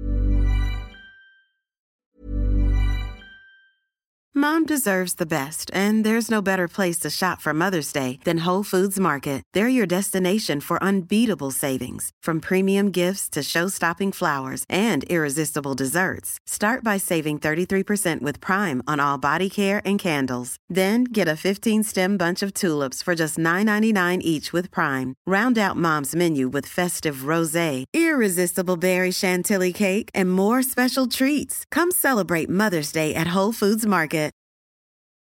Mom deserves the best, and there's no better place to shop for Mother's Day than Whole Foods Market. They're your destination for unbeatable savings, from premium gifts to show-stopping flowers and irresistible desserts. Start by saving 33% with Prime on all body care and candles. Then get a 15-stem bunch of tulips for just $9.99 each with Prime. Round out Mom's menu with festive rosé, irresistible berry chantilly cake, and more special treats. Come celebrate Mother's Day at Whole Foods Market.